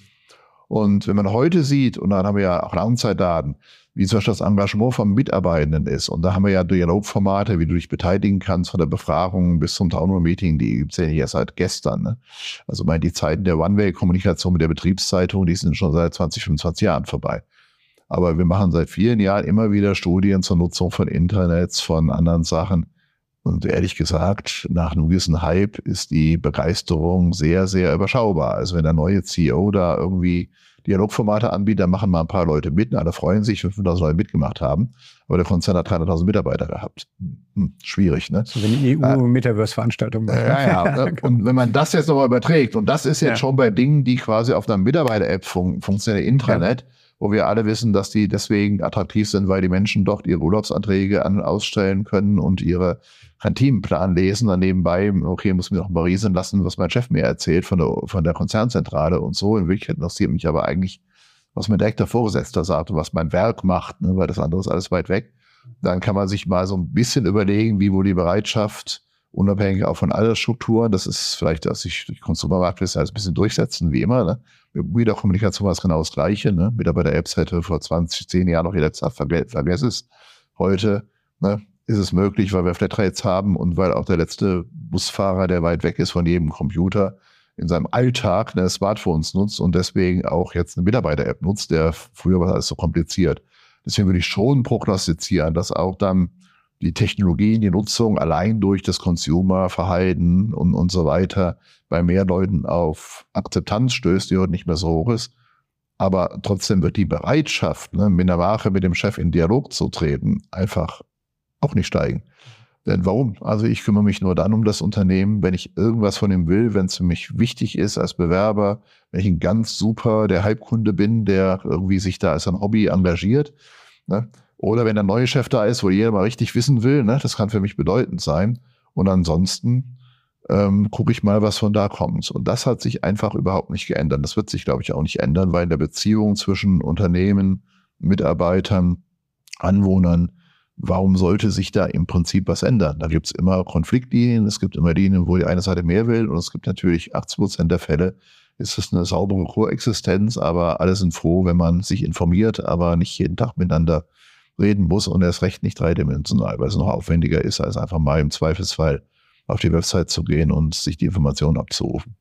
Speaker 5: Und wenn man heute sieht, und dann haben wir ja auch Langzeitdaten, wie zum Beispiel das Engagement von Mitarbeitenden ist. Und da haben wir ja Dialogformate, wie du dich beteiligen kannst, von der Befragung bis zum Townhall-Meeting, die gibt's ja nicht erst seit gestern. Ne? Also meine, die Zeiten der One-Way-Kommunikation mit der Betriebszeitung, die sind schon seit zwanzig, fünfundzwanzig Jahren vorbei. Aber wir machen seit vielen Jahren immer wieder Studien zur Nutzung von Internets, von anderen Sachen. Und ehrlich gesagt, nach einem gewissen Hype ist die Begeisterung sehr, sehr überschaubar. Also wenn der neue C E O da irgendwie Dialogformate anbietet, dann machen mal ein paar Leute mit. Alle freuen sich, fünftausend Leute mitgemacht haben. Aber der Konzern hat dreihunderttausend Mitarbeiter gehabt. Hm, schwierig, ne?
Speaker 4: So, wenn die E U-Metaverse-Veranstaltung macht.
Speaker 5: Ja, ja. Und wenn man das jetzt nochmal überträgt, und das ist jetzt ja. schon bei Dingen, die quasi auf einer Mitarbeiter-App fun- funktionieren, Intranet, ja. wo wir alle wissen, dass die deswegen attraktiv sind, weil die Menschen dort ihre Urlaubsanträge an, ausstellen können und ihre Kantinenplan lesen, dann nebenbei, okay, muss mir noch mal riesen lassen, was mein Chef mir erzählt von der, von der Konzernzentrale und so. In Wirklichkeit interessiert mich aber eigentlich, was mein direkter Vorgesetzter sagt und was mein Werk macht, ne, weil das andere ist alles weit weg. Dann kann man sich mal so ein bisschen überlegen, wie wohl die Bereitschaft, unabhängig auch von Altersstrukturen, das ist vielleicht, dass sich durch Konsumermarktwissen alles ein bisschen durchsetzen, wie immer, ne. Mit der Kommunikation war es genau das Gleiche, ne. Mitarbeiter-Apps hätte vor zwanzig, zehn Jahren noch jeder gesagt, vergess es. Heute, ne, ist es möglich, weil wir Flatrates haben und weil auch der letzte Busfahrer, der weit weg ist von jedem Computer, in seinem Alltag ne, Smartphones nutzt und deswegen auch jetzt eine Mitarbeiter-App nutzt, der früher war alles so kompliziert. Deswegen würde ich schon prognostizieren, dass auch dann die Technologien, die Nutzung allein durch das Consumer-Verhalten und, und so weiter bei mehr Leuten auf Akzeptanz stößt, die heute nicht mehr so hoch ist. Aber trotzdem wird die Bereitschaft, ne, mit der Marke, mit dem Chef in Dialog zu treten, einfach auch nicht steigen. Denn warum? Also ich kümmere mich nur dann um das Unternehmen, wenn ich irgendwas von ihm will, wenn es für mich wichtig ist als Bewerber, wenn ich ein ganz super der Hype-Kunde bin, der irgendwie sich da als ein Hobby engagiert. Ne? Oder wenn der neue Chef da ist, wo jeder mal richtig wissen will, ne? Das kann für mich bedeutend sein. Und ansonsten ähm, gucke ich mal, was von da kommt. Und das hat sich einfach überhaupt nicht geändert. Das wird sich, glaube ich, auch nicht ändern, weil in der Beziehung zwischen Unternehmen, Mitarbeitern, Anwohnern, warum sollte sich da im Prinzip was ändern? Da gibt es immer Konfliktlinien, es gibt immer Linien, wo die eine Seite mehr will und es gibt natürlich achtzig Prozent der Fälle, ist es eine saubere Koexistenz, aber alle sind froh, wenn man sich informiert, aber nicht jeden Tag miteinander reden muss und erst recht nicht dreidimensional, weil es noch aufwendiger ist, als einfach mal im Zweifelsfall auf die Website zu gehen und sich die Informationen abzurufen.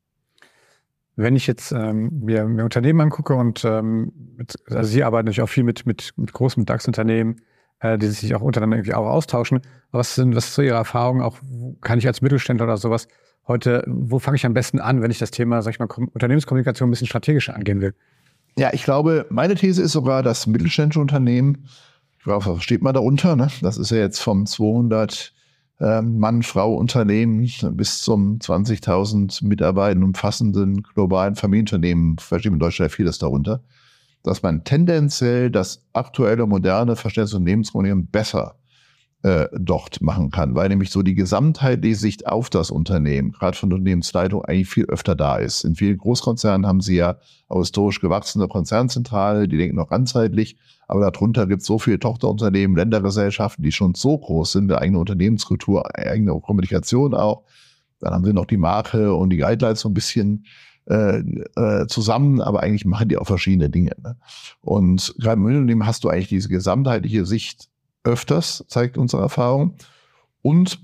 Speaker 4: Wenn ich jetzt ähm, mir, mir Unternehmen angucke und ähm, mit, also Sie arbeiten natürlich auch viel mit, mit, mit großen DAX-Unternehmen, die sich auch untereinander irgendwie auch austauschen. Aber was sind, was ist so Ihre Erfahrung? Auch kann ich als Mittelständler oder sowas heute, wo fange ich am besten an, wenn ich das Thema, sag ich mal, Unternehmenskommunikation ein bisschen strategischer angehen will?
Speaker 5: Ja, ich glaube, meine These ist sogar, dass mittelständische Unternehmen, ich glaube, was versteht man darunter, ne? Das ist ja jetzt vom zweihundert Mann-Frau-Unternehmen bis zum zwanzigtausend Mitarbeiter umfassenden globalen Familienunternehmen, versteht man in Deutschland vieles darunter, dass man tendenziell das aktuelle, moderne Verständnis von Unternehmenskommunikation besser äh, dort machen kann, weil nämlich so die gesamtheitliche Sicht auf das Unternehmen, gerade von der Unternehmensleitung, eigentlich viel öfter da ist. In vielen Großkonzernen haben sie ja auch historisch gewachsene Konzernzentrale, die denken noch ganzheitlich, aber darunter gibt es so viele Tochterunternehmen, Ländergesellschaften, die schon so groß sind, eine eigene Unternehmenskultur, eigene Kommunikation auch. Dann haben sie noch die Marke und die Guidelines so ein bisschen äh, äh, zusammen, aber eigentlich machen die auch verschiedene Dinge. Ne? Und gerade im Unternehmen hast du eigentlich diese gesamtheitliche Sicht öfters, zeigt unsere Erfahrung. Und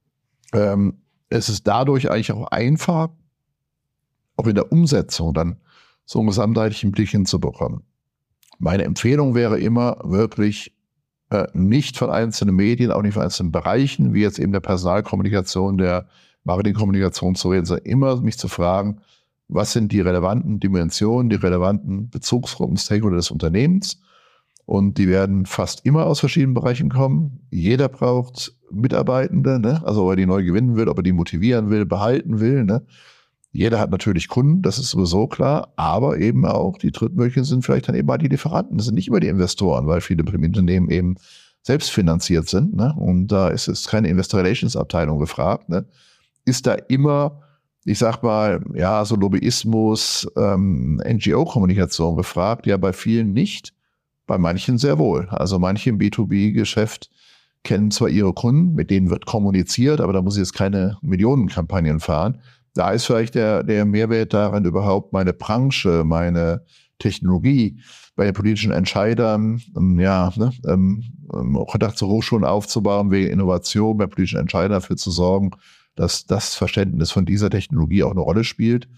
Speaker 5: ähm, es ist dadurch eigentlich auch einfach, auch in der Umsetzung dann so einen gesamtheitlichen Blick hinzubekommen. Meine Empfehlung wäre immer wirklich äh, nicht von einzelnen Medien, auch nicht von einzelnen Bereichen, wie jetzt eben der Personalkommunikation, der Marketingkommunikation zu reden, sondern immer mich zu fragen, was sind die relevanten Dimensionen, die relevanten Bezugsgruppen, Stakeholder des Unternehmens? Und die werden fast immer aus verschiedenen Bereichen kommen. Jeder braucht Mitarbeitende, ne? Also ob er die neu gewinnen will, ob er die motivieren will, behalten will. Ne? Jeder hat natürlich Kunden, das ist sowieso klar, aber eben auch die Drittmöglichen sind vielleicht dann eben mal die Lieferanten. Das sind nicht immer die Investoren, weil viele Unternehmen eben selbst finanziert sind. Ne? Und da ist es keine Investor Relations Abteilung gefragt. Ne? Ist da immer, ich sag mal, ja, so Lobbyismus, ähm, N G O-Kommunikation gefragt? Ja, bei vielen nicht. Bei manchen sehr wohl. Also manche im B zwei B-Geschäft kennen zwar ihre Kunden, mit denen wird kommuniziert, aber da muss ich jetzt keine Millionenkampagnen fahren. Da ist vielleicht der, der Mehrwert daran, überhaupt meine Branche, meine Technologie bei den politischen Entscheidern, ähm, ja, ne, ähm, Kontakt zu Hochschulen aufzubauen, wegen Innovation bei politischen Entscheidern dafür zu sorgen, dass das Verständnis von dieser Technologie auch eine Rolle spielt.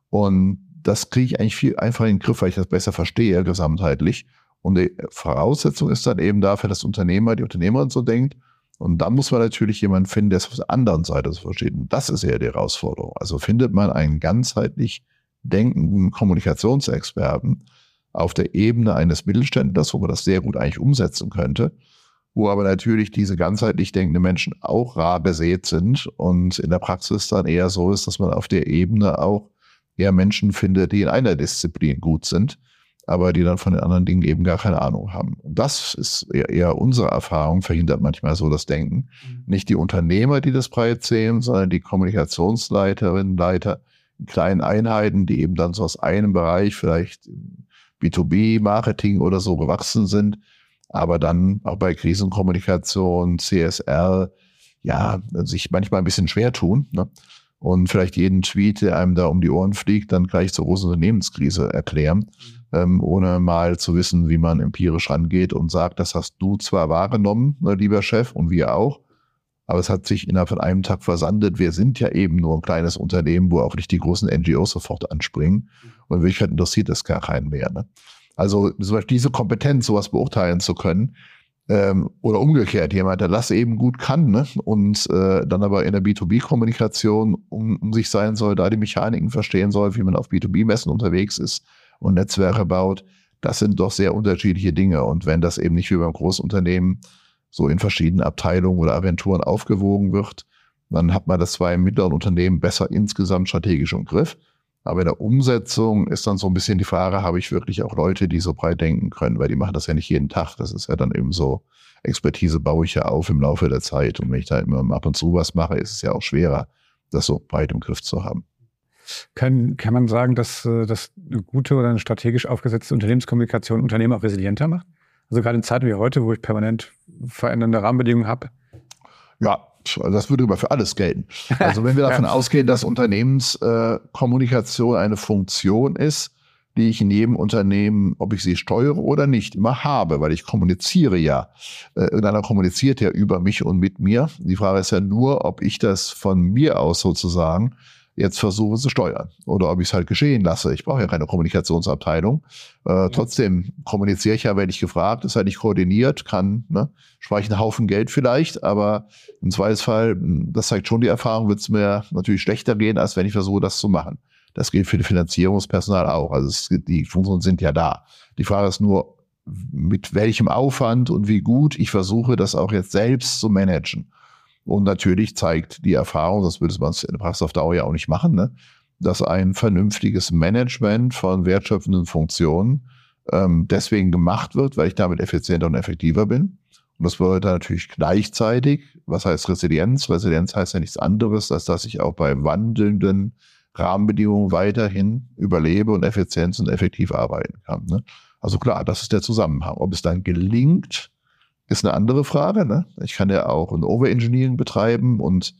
Speaker 5: Und das kriege ich eigentlich viel einfacher in den Griff, weil ich das besser verstehe, gesamtheitlich. Und die Voraussetzung ist dann eben dafür, dass der Unternehmer, die Unternehmerin so denkt. Und dann muss man natürlich jemanden finden, der es auf der anderen Seite so versteht. Und das ist eher die Herausforderung. Also findet man einen ganzheitlich denkenden Kommunikationsexperten auf der Ebene eines Mittelständlers, wo man das sehr gut eigentlich umsetzen könnte, wo aber natürlich diese ganzheitlich denkenden Menschen auch rar gesät sind und in der Praxis dann eher so ist, dass man auf der Ebene auch eher Menschen findet, die in einer Disziplin gut sind, aber die dann von den anderen Dingen eben gar keine Ahnung haben. Und das ist eher, eher unsere Erfahrung, verhindert manchmal so das Denken. Mhm. Nicht die Unternehmer, die das breit sehen, sondern die Kommunikationsleiterinnen, Leiter in kleinen Einheiten, die eben dann so aus einem Bereich, vielleicht B zwei B-Marketing oder so gewachsen sind, aber dann auch bei Krisenkommunikation, C S R, ja, sich manchmal ein bisschen schwer tun, ne? Und vielleicht jeden Tweet, der einem da um die Ohren fliegt, dann gleich zur großen Unternehmenskrise erklären, mhm. ähm, ohne mal zu wissen, wie man empirisch rangeht und sagt, das hast du zwar wahrgenommen, ne, lieber Chef, und wir auch, aber es hat sich innerhalb von einem Tag versandet. Wir sind ja eben nur ein kleines Unternehmen, wo auch nicht die großen N G Os sofort anspringen. Und in Wirklichkeit interessiert das gar keinen mehr. Ne? Also zum Beispiel diese Kompetenz, sowas beurteilen zu können, ähm, oder umgekehrt, jemand, der das eben gut kann, ne? und äh, dann aber in der B zwei B-Kommunikation um, um sich sein soll, da die Mechaniken verstehen soll, wie man auf B zwei B-Messen unterwegs ist und Netzwerke baut, das sind doch sehr unterschiedliche Dinge. Und wenn das eben nicht wie beim Großunternehmen so in verschiedenen Abteilungen oder Agenturen aufgewogen wird, dann hat man das zwar im mittleren Unternehmen besser insgesamt strategisch im Griff. Aber in der Umsetzung ist dann so ein bisschen die Frage, habe ich wirklich auch Leute, die so breit denken können, weil die machen das ja nicht jeden Tag. Das ist ja dann eben so, Expertise baue ich ja auf im Laufe der Zeit. Und wenn ich da immer ab und zu was mache, ist es ja auch schwerer, das so breit im Griff zu haben.
Speaker 4: Kann, kann man sagen, dass, dass eine gute oder eine strategisch aufgesetzte Unternehmenskommunikation Unternehmen auch resilienter macht? Also gerade in Zeiten wie heute, wo ich permanent verändernde Rahmenbedingungen habe?
Speaker 5: Ja, das würde aber für alles gelten. Also wenn wir davon ja. ausgehen, dass Unternehmenskommunikation äh, eine Funktion ist, die ich in jedem Unternehmen, ob ich sie steuere oder nicht, immer habe, weil ich kommuniziere ja. Äh, irgendeiner kommuniziert ja über mich und mit mir. Die Frage ist ja nur, ob ich das von mir aus sozusagen jetzt versuche zu steuern oder ob ich es halt geschehen lasse. Ich brauche ja keine Kommunikationsabteilung. Äh, ja. Trotzdem kommuniziere ich ja, wenn ich gefragt, ist halt nicht koordiniert, kann, ne, spare ich einen Haufen Geld vielleicht, aber im Zweifelsfall, das zeigt schon die Erfahrung, wird es mir natürlich schlechter gehen, als wenn ich versuche, das zu machen. Das gilt für das Finanzierungspersonal auch. Also es, die Funktionen sind ja da. Die Frage ist nur, mit welchem Aufwand und wie gut ich versuche, das auch jetzt selbst zu managen. Und natürlich zeigt die Erfahrung, das würde man in der Praxis auf Dauer ja auch nicht machen, ne, dass ein vernünftiges Management von wertschöpfenden Funktionen ähm, deswegen gemacht wird, weil ich damit effizienter und effektiver bin Und das bedeutet natürlich gleichzeitig, was heißt Resilienz? Resilienz heißt ja nichts anderes, als dass ich auch bei wandelnden Rahmenbedingungen weiterhin überlebe und effizient und effektiv arbeiten kann. Ne? Also klar, das ist der Zusammenhang. Ob es dann gelingt, ist eine andere Frage. Ne? Ich kann ja auch ein Overengineering betreiben und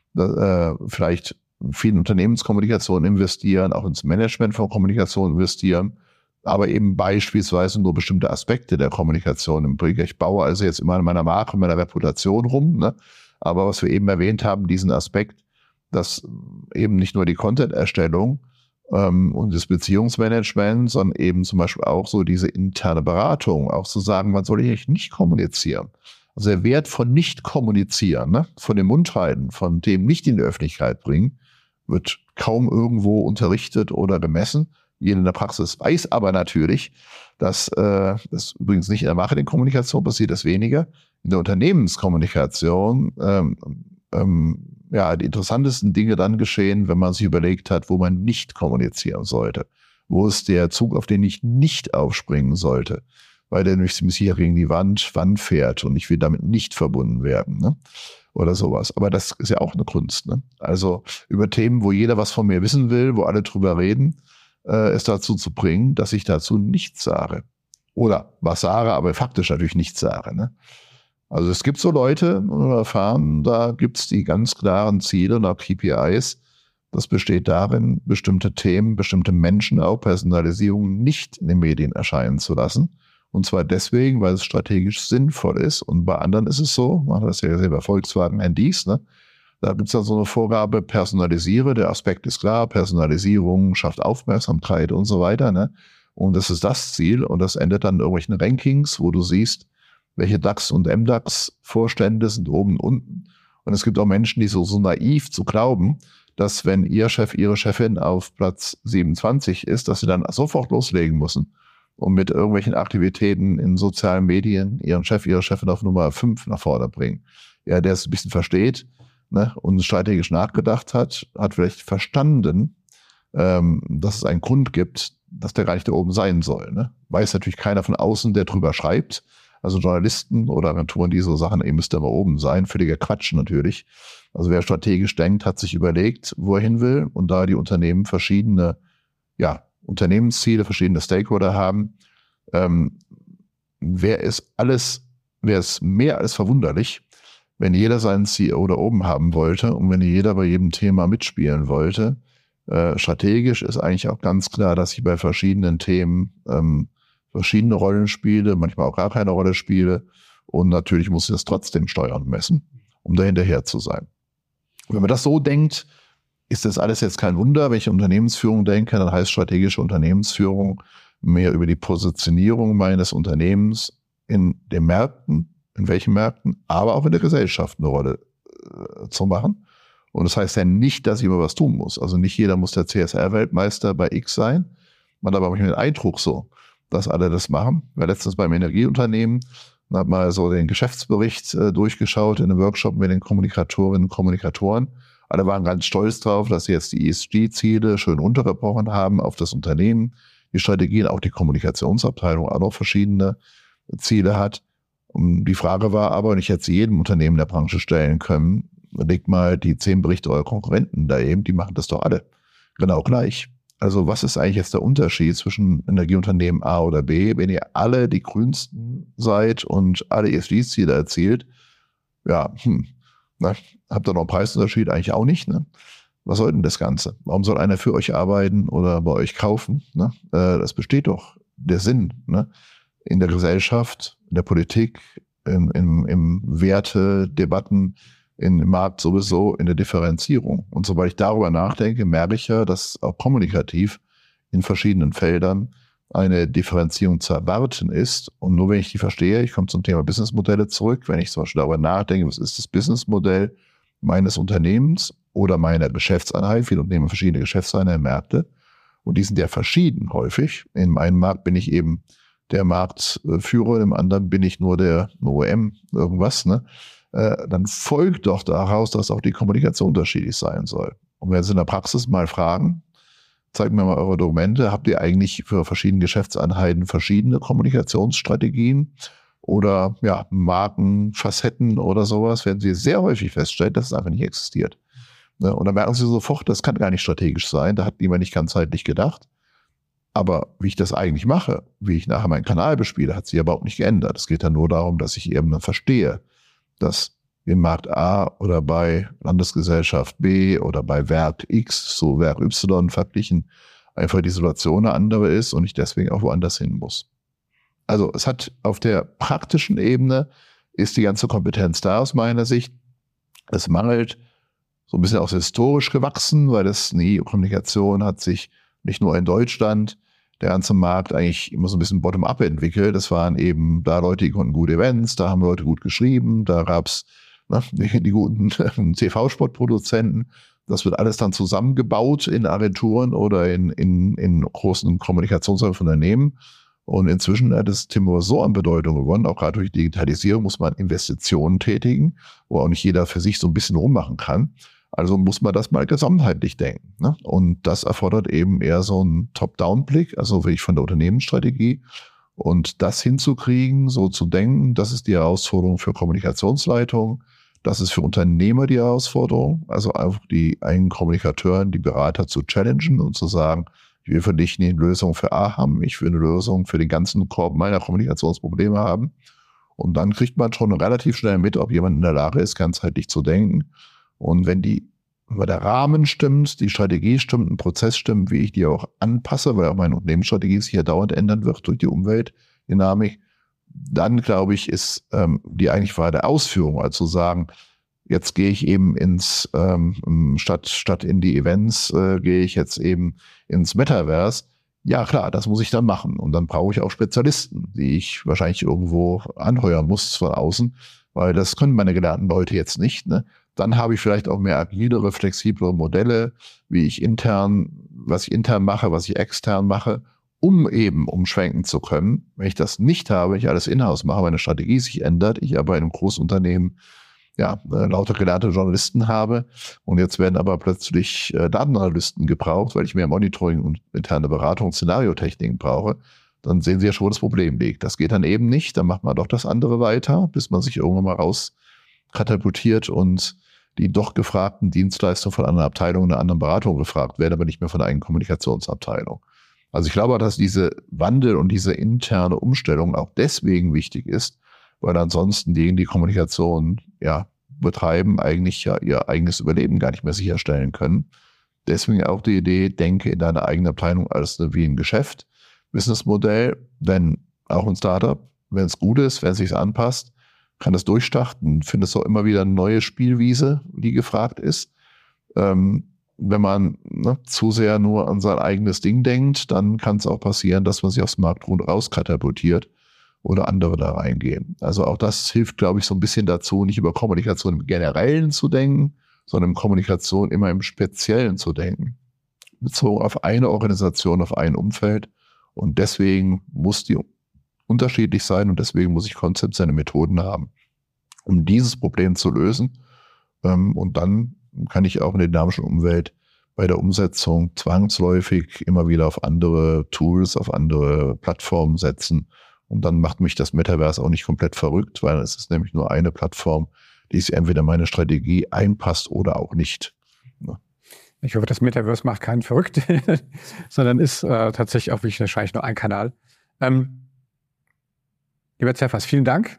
Speaker 5: äh, vielleicht viel in Unternehmenskommunikation investieren, auch ins Management von Kommunikation investieren, aber eben beispielsweise nur bestimmte Aspekte der Kommunikation im Blick. Ich baue also jetzt immer an meiner Marke und meiner Reputation rum, ne? Aber was wir eben erwähnt haben, diesen Aspekt, dass eben nicht nur die Content-Erstellung ähm, und das Beziehungsmanagement, sondern eben zum Beispiel auch so diese interne Beratung, auch zu sagen, man soll eigentlich nicht kommunizieren. Also der Wert von nicht kommunizieren, ne? Von dem Mund halten, von dem nicht in die Öffentlichkeit bringen, wird kaum irgendwo unterrichtet oder gemessen. Jeder in der Praxis weiß aber natürlich, dass äh, das übrigens nicht in der Marketingkommunikation passiert, das weniger. In der Unternehmenskommunikation ähm, ähm, ja, die interessantesten Dinge dann geschehen, wenn man sich überlegt hat, wo man nicht kommunizieren sollte. Wo ist der Zug, auf den ich nicht aufspringen sollte, weil der nämlich hier gegen die Wand, Wand fährt und ich will damit nicht verbunden werden, ne? Oder sowas. Aber das ist ja auch eine Kunst, ne? Also über Themen, wo jeder was von mir wissen will, wo alle drüber reden, äh, es dazu zu bringen, dass ich dazu nichts sage. Oder was sage, aber faktisch natürlich nichts sage, ne? Also es gibt so Leute, oder erfahren, da gibt es die ganz klaren Ziele und auch K P Is. Das besteht darin, bestimmte Themen, bestimmte Menschen, auch Personalisierung nicht in den Medien erscheinen zu lassen. Und zwar deswegen, weil es strategisch sinnvoll ist. Und bei anderen ist es so, man hat das ja gesehen bei Volkswagen Handys, ne? Da gibt es dann so eine Vorgabe, personalisiere, der Aspekt ist klar, Personalisierung schafft Aufmerksamkeit und so weiter, ne? Und das ist das Ziel und das endet dann in irgendwelchen Rankings, wo du siehst, welche DAX- und M DAX-Vorstände sind oben und unten. Und es gibt auch Menschen, die so, so naiv zu glauben, dass wenn ihr Chef, ihre Chefin auf Platz siebenundzwanzig ist, dass sie dann sofort loslegen müssen und mit irgendwelchen Aktivitäten in sozialen Medien ihren Chef, ihre Chefin auf Nummer fünf nach vorne bringen. Ja, der es ein bisschen versteht, ne, und strategisch nachgedacht hat, hat vielleicht verstanden, ähm, dass es einen Grund gibt, dass der gar nicht da oben sein soll. Ne? Weiß natürlich keiner von außen, der drüber schreibt. Also Journalisten oder Agenturen, die so Sachen, ihr müsst aber oben sein. Völliger Quatsch natürlich. Also wer strategisch denkt, hat sich überlegt, wo er hin will. Und da die Unternehmen verschiedene, ja, Unternehmensziele, verschiedene Stakeholder haben, ähm, wäre es alles, wäre es mehr als verwunderlich, wenn jeder seinen C E O da oben haben wollte und wenn jeder bei jedem Thema mitspielen wollte. Äh, strategisch ist eigentlich auch ganz klar, dass ich bei verschiedenen Themen ähm, verschiedene Rollen spiele, manchmal auch gar keine Rolle spiele. Und natürlich muss ich das trotzdem steuern und messen, um da hinterher zu sein. Wenn man das so denkt, ist das alles jetzt kein Wunder. Wenn ich an Unternehmensführung denke, dann heißt strategische Unternehmensführung mehr über die Positionierung meines Unternehmens in den Märkten, in welchen Märkten, aber auch in der Gesellschaft eine Rolle äh, zu machen. Und das heißt ja nicht, dass ich immer was tun muss. Also nicht jeder muss der C S R-Weltmeister bei X sein. Man hat aber manchmal den Eindruck so, dass alle das machen. Weil letztens beim Energieunternehmen, da hat man so den Geschäftsbericht äh, durchgeschaut in einem Workshop mit den Kommunikatorinnen und Kommunikatoren. Alle waren ganz stolz drauf, dass sie jetzt die E S G-Ziele schön runtergebrochen haben auf das Unternehmen, die Strategien, auch die Kommunikationsabteilung auch noch verschiedene Ziele hat. Und die Frage war aber, und ich hätte sie jedem Unternehmen der Branche stellen können, legt mal die zehn Berichte eurer Konkurrenten da eben, die machen das doch alle genau gleich. Also was ist eigentlich jetzt der Unterschied zwischen Energieunternehmen A oder B, wenn ihr alle die grünsten seid und alle E S G-Ziele erzielt? Ja, hm, na, habt ihr noch einen Preisunterschied? Eigentlich auch nicht, ne? Was soll denn das Ganze? Warum soll einer für euch arbeiten oder bei euch kaufen? Ne? Äh, das besteht doch der Sinn, ne? In der Gesellschaft, in der Politik, in, in, im Werte, Debatten, im Markt sowieso, in der Differenzierung. Und sobald ich darüber nachdenke, merke ich ja, dass auch kommunikativ in verschiedenen Feldern eine Differenzierung zu erwarten ist. Und nur wenn ich die verstehe, ich komme zum Thema Businessmodelle zurück, wenn ich zum Beispiel darüber nachdenke, was ist das Businessmodell meines Unternehmens oder meiner Geschäftseinheit, viele Unternehmen haben verschiedene Geschäftseinheiten, Märkte, und die sind ja verschieden häufig. In einem Markt bin ich eben der Marktführer, im anderen bin ich nur der O E M, irgendwas, ne? Dann folgt doch daraus, dass auch die Kommunikation unterschiedlich sein soll. Und wenn Sie in der Praxis mal fragen, zeigt mir mal eure Dokumente, habt ihr eigentlich für verschiedene Geschäftseinheiten verschiedene Kommunikationsstrategien oder ja, Markenfacetten oder sowas, werden Sie sehr häufig feststellen, dass es einfach nicht existiert. Ne? Und dann merken Sie sofort, das kann gar nicht strategisch sein, da hat niemand nicht ganzheitlich gedacht. Aber wie ich das eigentlich mache, wie ich nachher meinen Kanal bespiele, hat sich überhaupt nicht geändert. Es geht dann nur darum, dass ich eben dann verstehe, dass im Markt A oder bei Landesgesellschaft B oder bei Werk X, so Werk Y verglichen, einfach die Situation eine andere ist und ich deswegen auch woanders hin muss. Also es hat auf der praktischen Ebene ist die ganze Kompetenz da aus meiner Sicht. Es mangelt so ein bisschen auch historisch gewachsen, weil das die Kommunikation hat sich nicht nur in Deutschland, der ganze Markt eigentlich immer so ein bisschen bottom-up entwickelt. Das waren eben da Leute, die konnten gute Events, da haben Leute gut geschrieben, da gab's ne, die, die guten T V-Sportproduzenten. Das wird alles dann zusammengebaut in Agenturen oder in, in, in großen Kommunikationsunternehmen. Und inzwischen hat das Thema so an Bedeutung gewonnen, auch gerade durch Digitalisierung muss man Investitionen tätigen, wo auch nicht jeder für sich so ein bisschen rummachen kann. Also muss man das mal gesamtheitlich denken. Ne? Und das erfordert eben eher so einen Top-Down-Blick, also wirklich von der Unternehmensstrategie. Und das hinzukriegen, so zu denken, das ist die Herausforderung für Kommunikationsleitung. Das ist für Unternehmer die Herausforderung, also einfach die eigenen Kommunikateuren, die Berater zu challengen und zu sagen, ich will für dich eine Lösung für A haben, ich will eine Lösung für den ganzen Korb meiner Kommunikationsprobleme haben. Und dann kriegt man schon relativ schnell mit, ob jemand in der Lage ist, ganzheitlich zu denken. Und wenn die, wenn der Rahmen stimmt, die Strategie stimmt, ein Prozess stimmt, wie ich die auch anpasse, weil auch meine Unternehmensstrategie sich hier dauernd ändern wird durch die Umweltdynamik, dann glaube ich, ist ähm, die eigentlich Frage der Ausführung, also zu sagen, jetzt gehe ich eben ins, ähm, statt, statt in die Events, äh, gehe ich jetzt eben ins Metaverse. Ja klar, das muss ich dann machen. Und dann brauche ich auch Spezialisten, die ich wahrscheinlich irgendwo anheuern muss von außen, weil das können meine gelernten Leute jetzt nicht, ne? Dann habe ich vielleicht auch mehr agilere, flexiblere Modelle, wie ich intern, was ich intern mache, was ich extern mache, um eben umschwenken zu können. Wenn ich das nicht habe, wenn ich alles in-house mache, meine Strategie sich ändert, ich aber in einem Großunternehmen ja, äh, lauter gelernte Journalisten habe und jetzt werden aber plötzlich äh, Datenanalysten gebraucht, weil ich mehr Monitoring und interne Beratung, Szenariotechniken brauche, dann sehen Sie ja schon, wo das Problem liegt. Das geht dann eben nicht, dann macht man doch das andere weiter, bis man sich irgendwann mal rauskatapultiert und die doch gefragten Dienstleistungen von anderen Abteilungen, einer anderen Beratung gefragt werden, aber nicht mehr von der eigenen Kommunikationsabteilung. Also ich glaube, dass diese Wandel und diese interne Umstellung auch deswegen wichtig ist, weil ansonsten die die Kommunikation ja betreiben, eigentlich ja ihr eigenes Überleben gar nicht mehr sicherstellen können. Deswegen auch die Idee, denke in deiner eigenen Abteilung als wie ein Geschäft, Businessmodell, denn auch ein Startup, wenn es gut ist, wenn es sich anpasst, kann das durchstarten, findest du auch immer wieder eine neue Spielwiese, die gefragt ist. Ähm, wenn man ne, zu sehr nur an sein eigenes Ding denkt, dann kann es auch passieren, dass man sich aufs Marktgrund rauskatapultiert oder andere da reingehen. Also auch das hilft, glaube ich, so ein bisschen dazu, nicht über Kommunikation im Generellen zu denken, sondern Kommunikation immer im Speziellen zu denken. Bezogen auf eine Organisation, auf ein Umfeld. Und deswegen muss die unterschiedlich sein und deswegen muss ich Konzept seine Methoden haben, um dieses Problem zu lösen. Und dann kann ich auch in der dynamischen Umwelt bei der Umsetzung zwangsläufig immer wieder auf andere Tools, auf andere Plattformen setzen. Und dann macht mich das Metaverse auch nicht komplett verrückt, weil es ist nämlich nur eine Plattform, die sich entweder meine Strategie einpasst oder auch nicht. Ja.
Speaker 4: Ich hoffe, das Metaverse macht keinen verrückt, sondern ist äh, tatsächlich auch wirklich wahrscheinlich nur ein Kanal. Ähm, Lieber Zerfas, vielen Dank.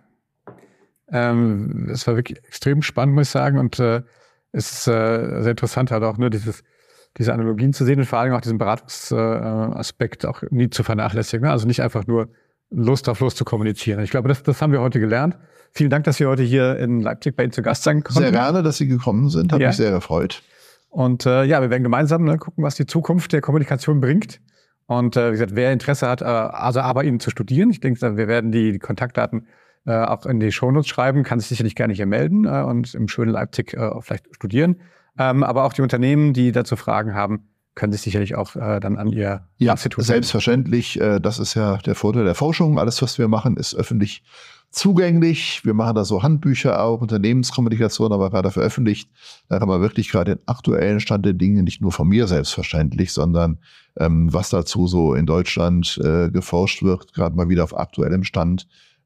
Speaker 4: Ähm, es war wirklich extrem spannend, muss ich sagen. Und äh, es ist äh, sehr interessant, halt auch nur dieses, diese Analogien zu sehen und vor allem auch diesen Beratungsaspekt äh, auch nie zu vernachlässigen. Ne? Also nicht einfach nur Lust drauf los zu kommunizieren. Ich glaube, das, das haben wir heute gelernt. Vielen Dank, dass wir heute hier in Leipzig bei Ihnen zu Gast sein konnten.
Speaker 5: Sehr gerne, dass Sie gekommen sind. Hat ja. mich sehr gefreut.
Speaker 4: Und äh, ja, wir werden gemeinsam ne, gucken, was die Zukunft der Kommunikation bringt. Und äh, wie gesagt, wer Interesse hat, äh, also aber Ihnen zu studieren, ich denke, wir werden die, die Kontaktdaten äh, auch in die Shownotes schreiben, kann sich sicherlich gerne hier melden äh, und im schönen Leipzig äh, vielleicht studieren. Ähm, aber auch die Unternehmen, die dazu Fragen haben, können sich sicherlich auch äh, dann an Ihr
Speaker 5: ja,
Speaker 4: Institut
Speaker 5: melden. Selbstverständlich. Äh, das ist ja der Vorteil der Forschung. Alles, was wir machen, ist öffentlich zugänglich. Wir machen da so Handbücher auch, Unternehmenskommunikation, aber gerade veröffentlicht. Da kann man wirklich gerade den aktuellen Stand der Dinge, nicht nur von mir selbstverständlich, sondern ähm, was dazu so in Deutschland äh, geforscht wird, gerade mal wieder auf aktuellem Stand,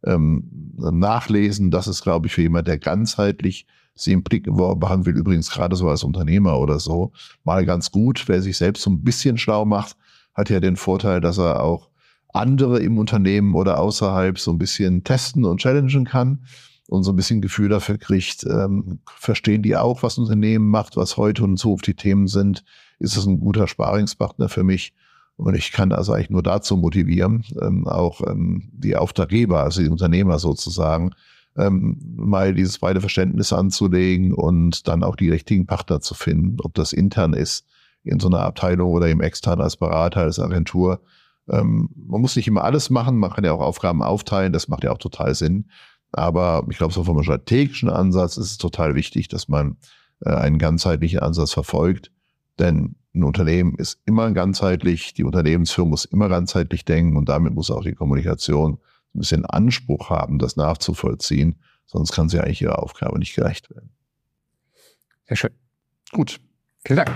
Speaker 5: ähm, nachlesen. Das ist, glaube ich, für jemand, der ganzheitlich sie im Blick machen will, übrigens gerade so als Unternehmer oder so, mal ganz gut. Wer sich selbst so ein bisschen schlau macht, hat ja den Vorteil, dass er auch andere im Unternehmen oder außerhalb so ein bisschen testen und challengen kann und so ein bisschen Gefühl dafür kriegt, ähm, verstehen die auch, was ein Unternehmen macht, was heute und so auf die Themen sind, ist es ein guter Sparingspartner für mich. Und ich kann also eigentlich nur dazu motivieren, ähm, auch ähm, die Auftraggeber, also die Unternehmer sozusagen, ähm, mal dieses breite Verständnis anzulegen und dann auch die richtigen Partner zu finden, ob das intern ist, in so einer Abteilung oder im extern als Berater, als Agentur. Ähm, man muss nicht immer alles machen, man kann ja auch Aufgaben aufteilen, das macht ja auch total Sinn. Aber ich glaube, so vom strategischen Ansatz ist es total wichtig, dass man äh, einen ganzheitlichen Ansatz verfolgt. Denn ein Unternehmen ist immer ganzheitlich, die Unternehmensführung muss immer ganzheitlich denken und damit muss auch die Kommunikation ein bisschen Anspruch haben, das nachzuvollziehen. Sonst kann sie eigentlich ihrer Aufgabe nicht gerecht werden.
Speaker 4: Sehr schön.
Speaker 5: Gut.
Speaker 4: Vielen Dank.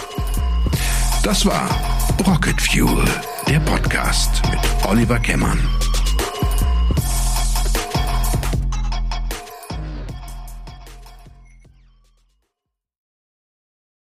Speaker 2: Das war Rocket Fuel, der Podcast mit Oliver Kemmern.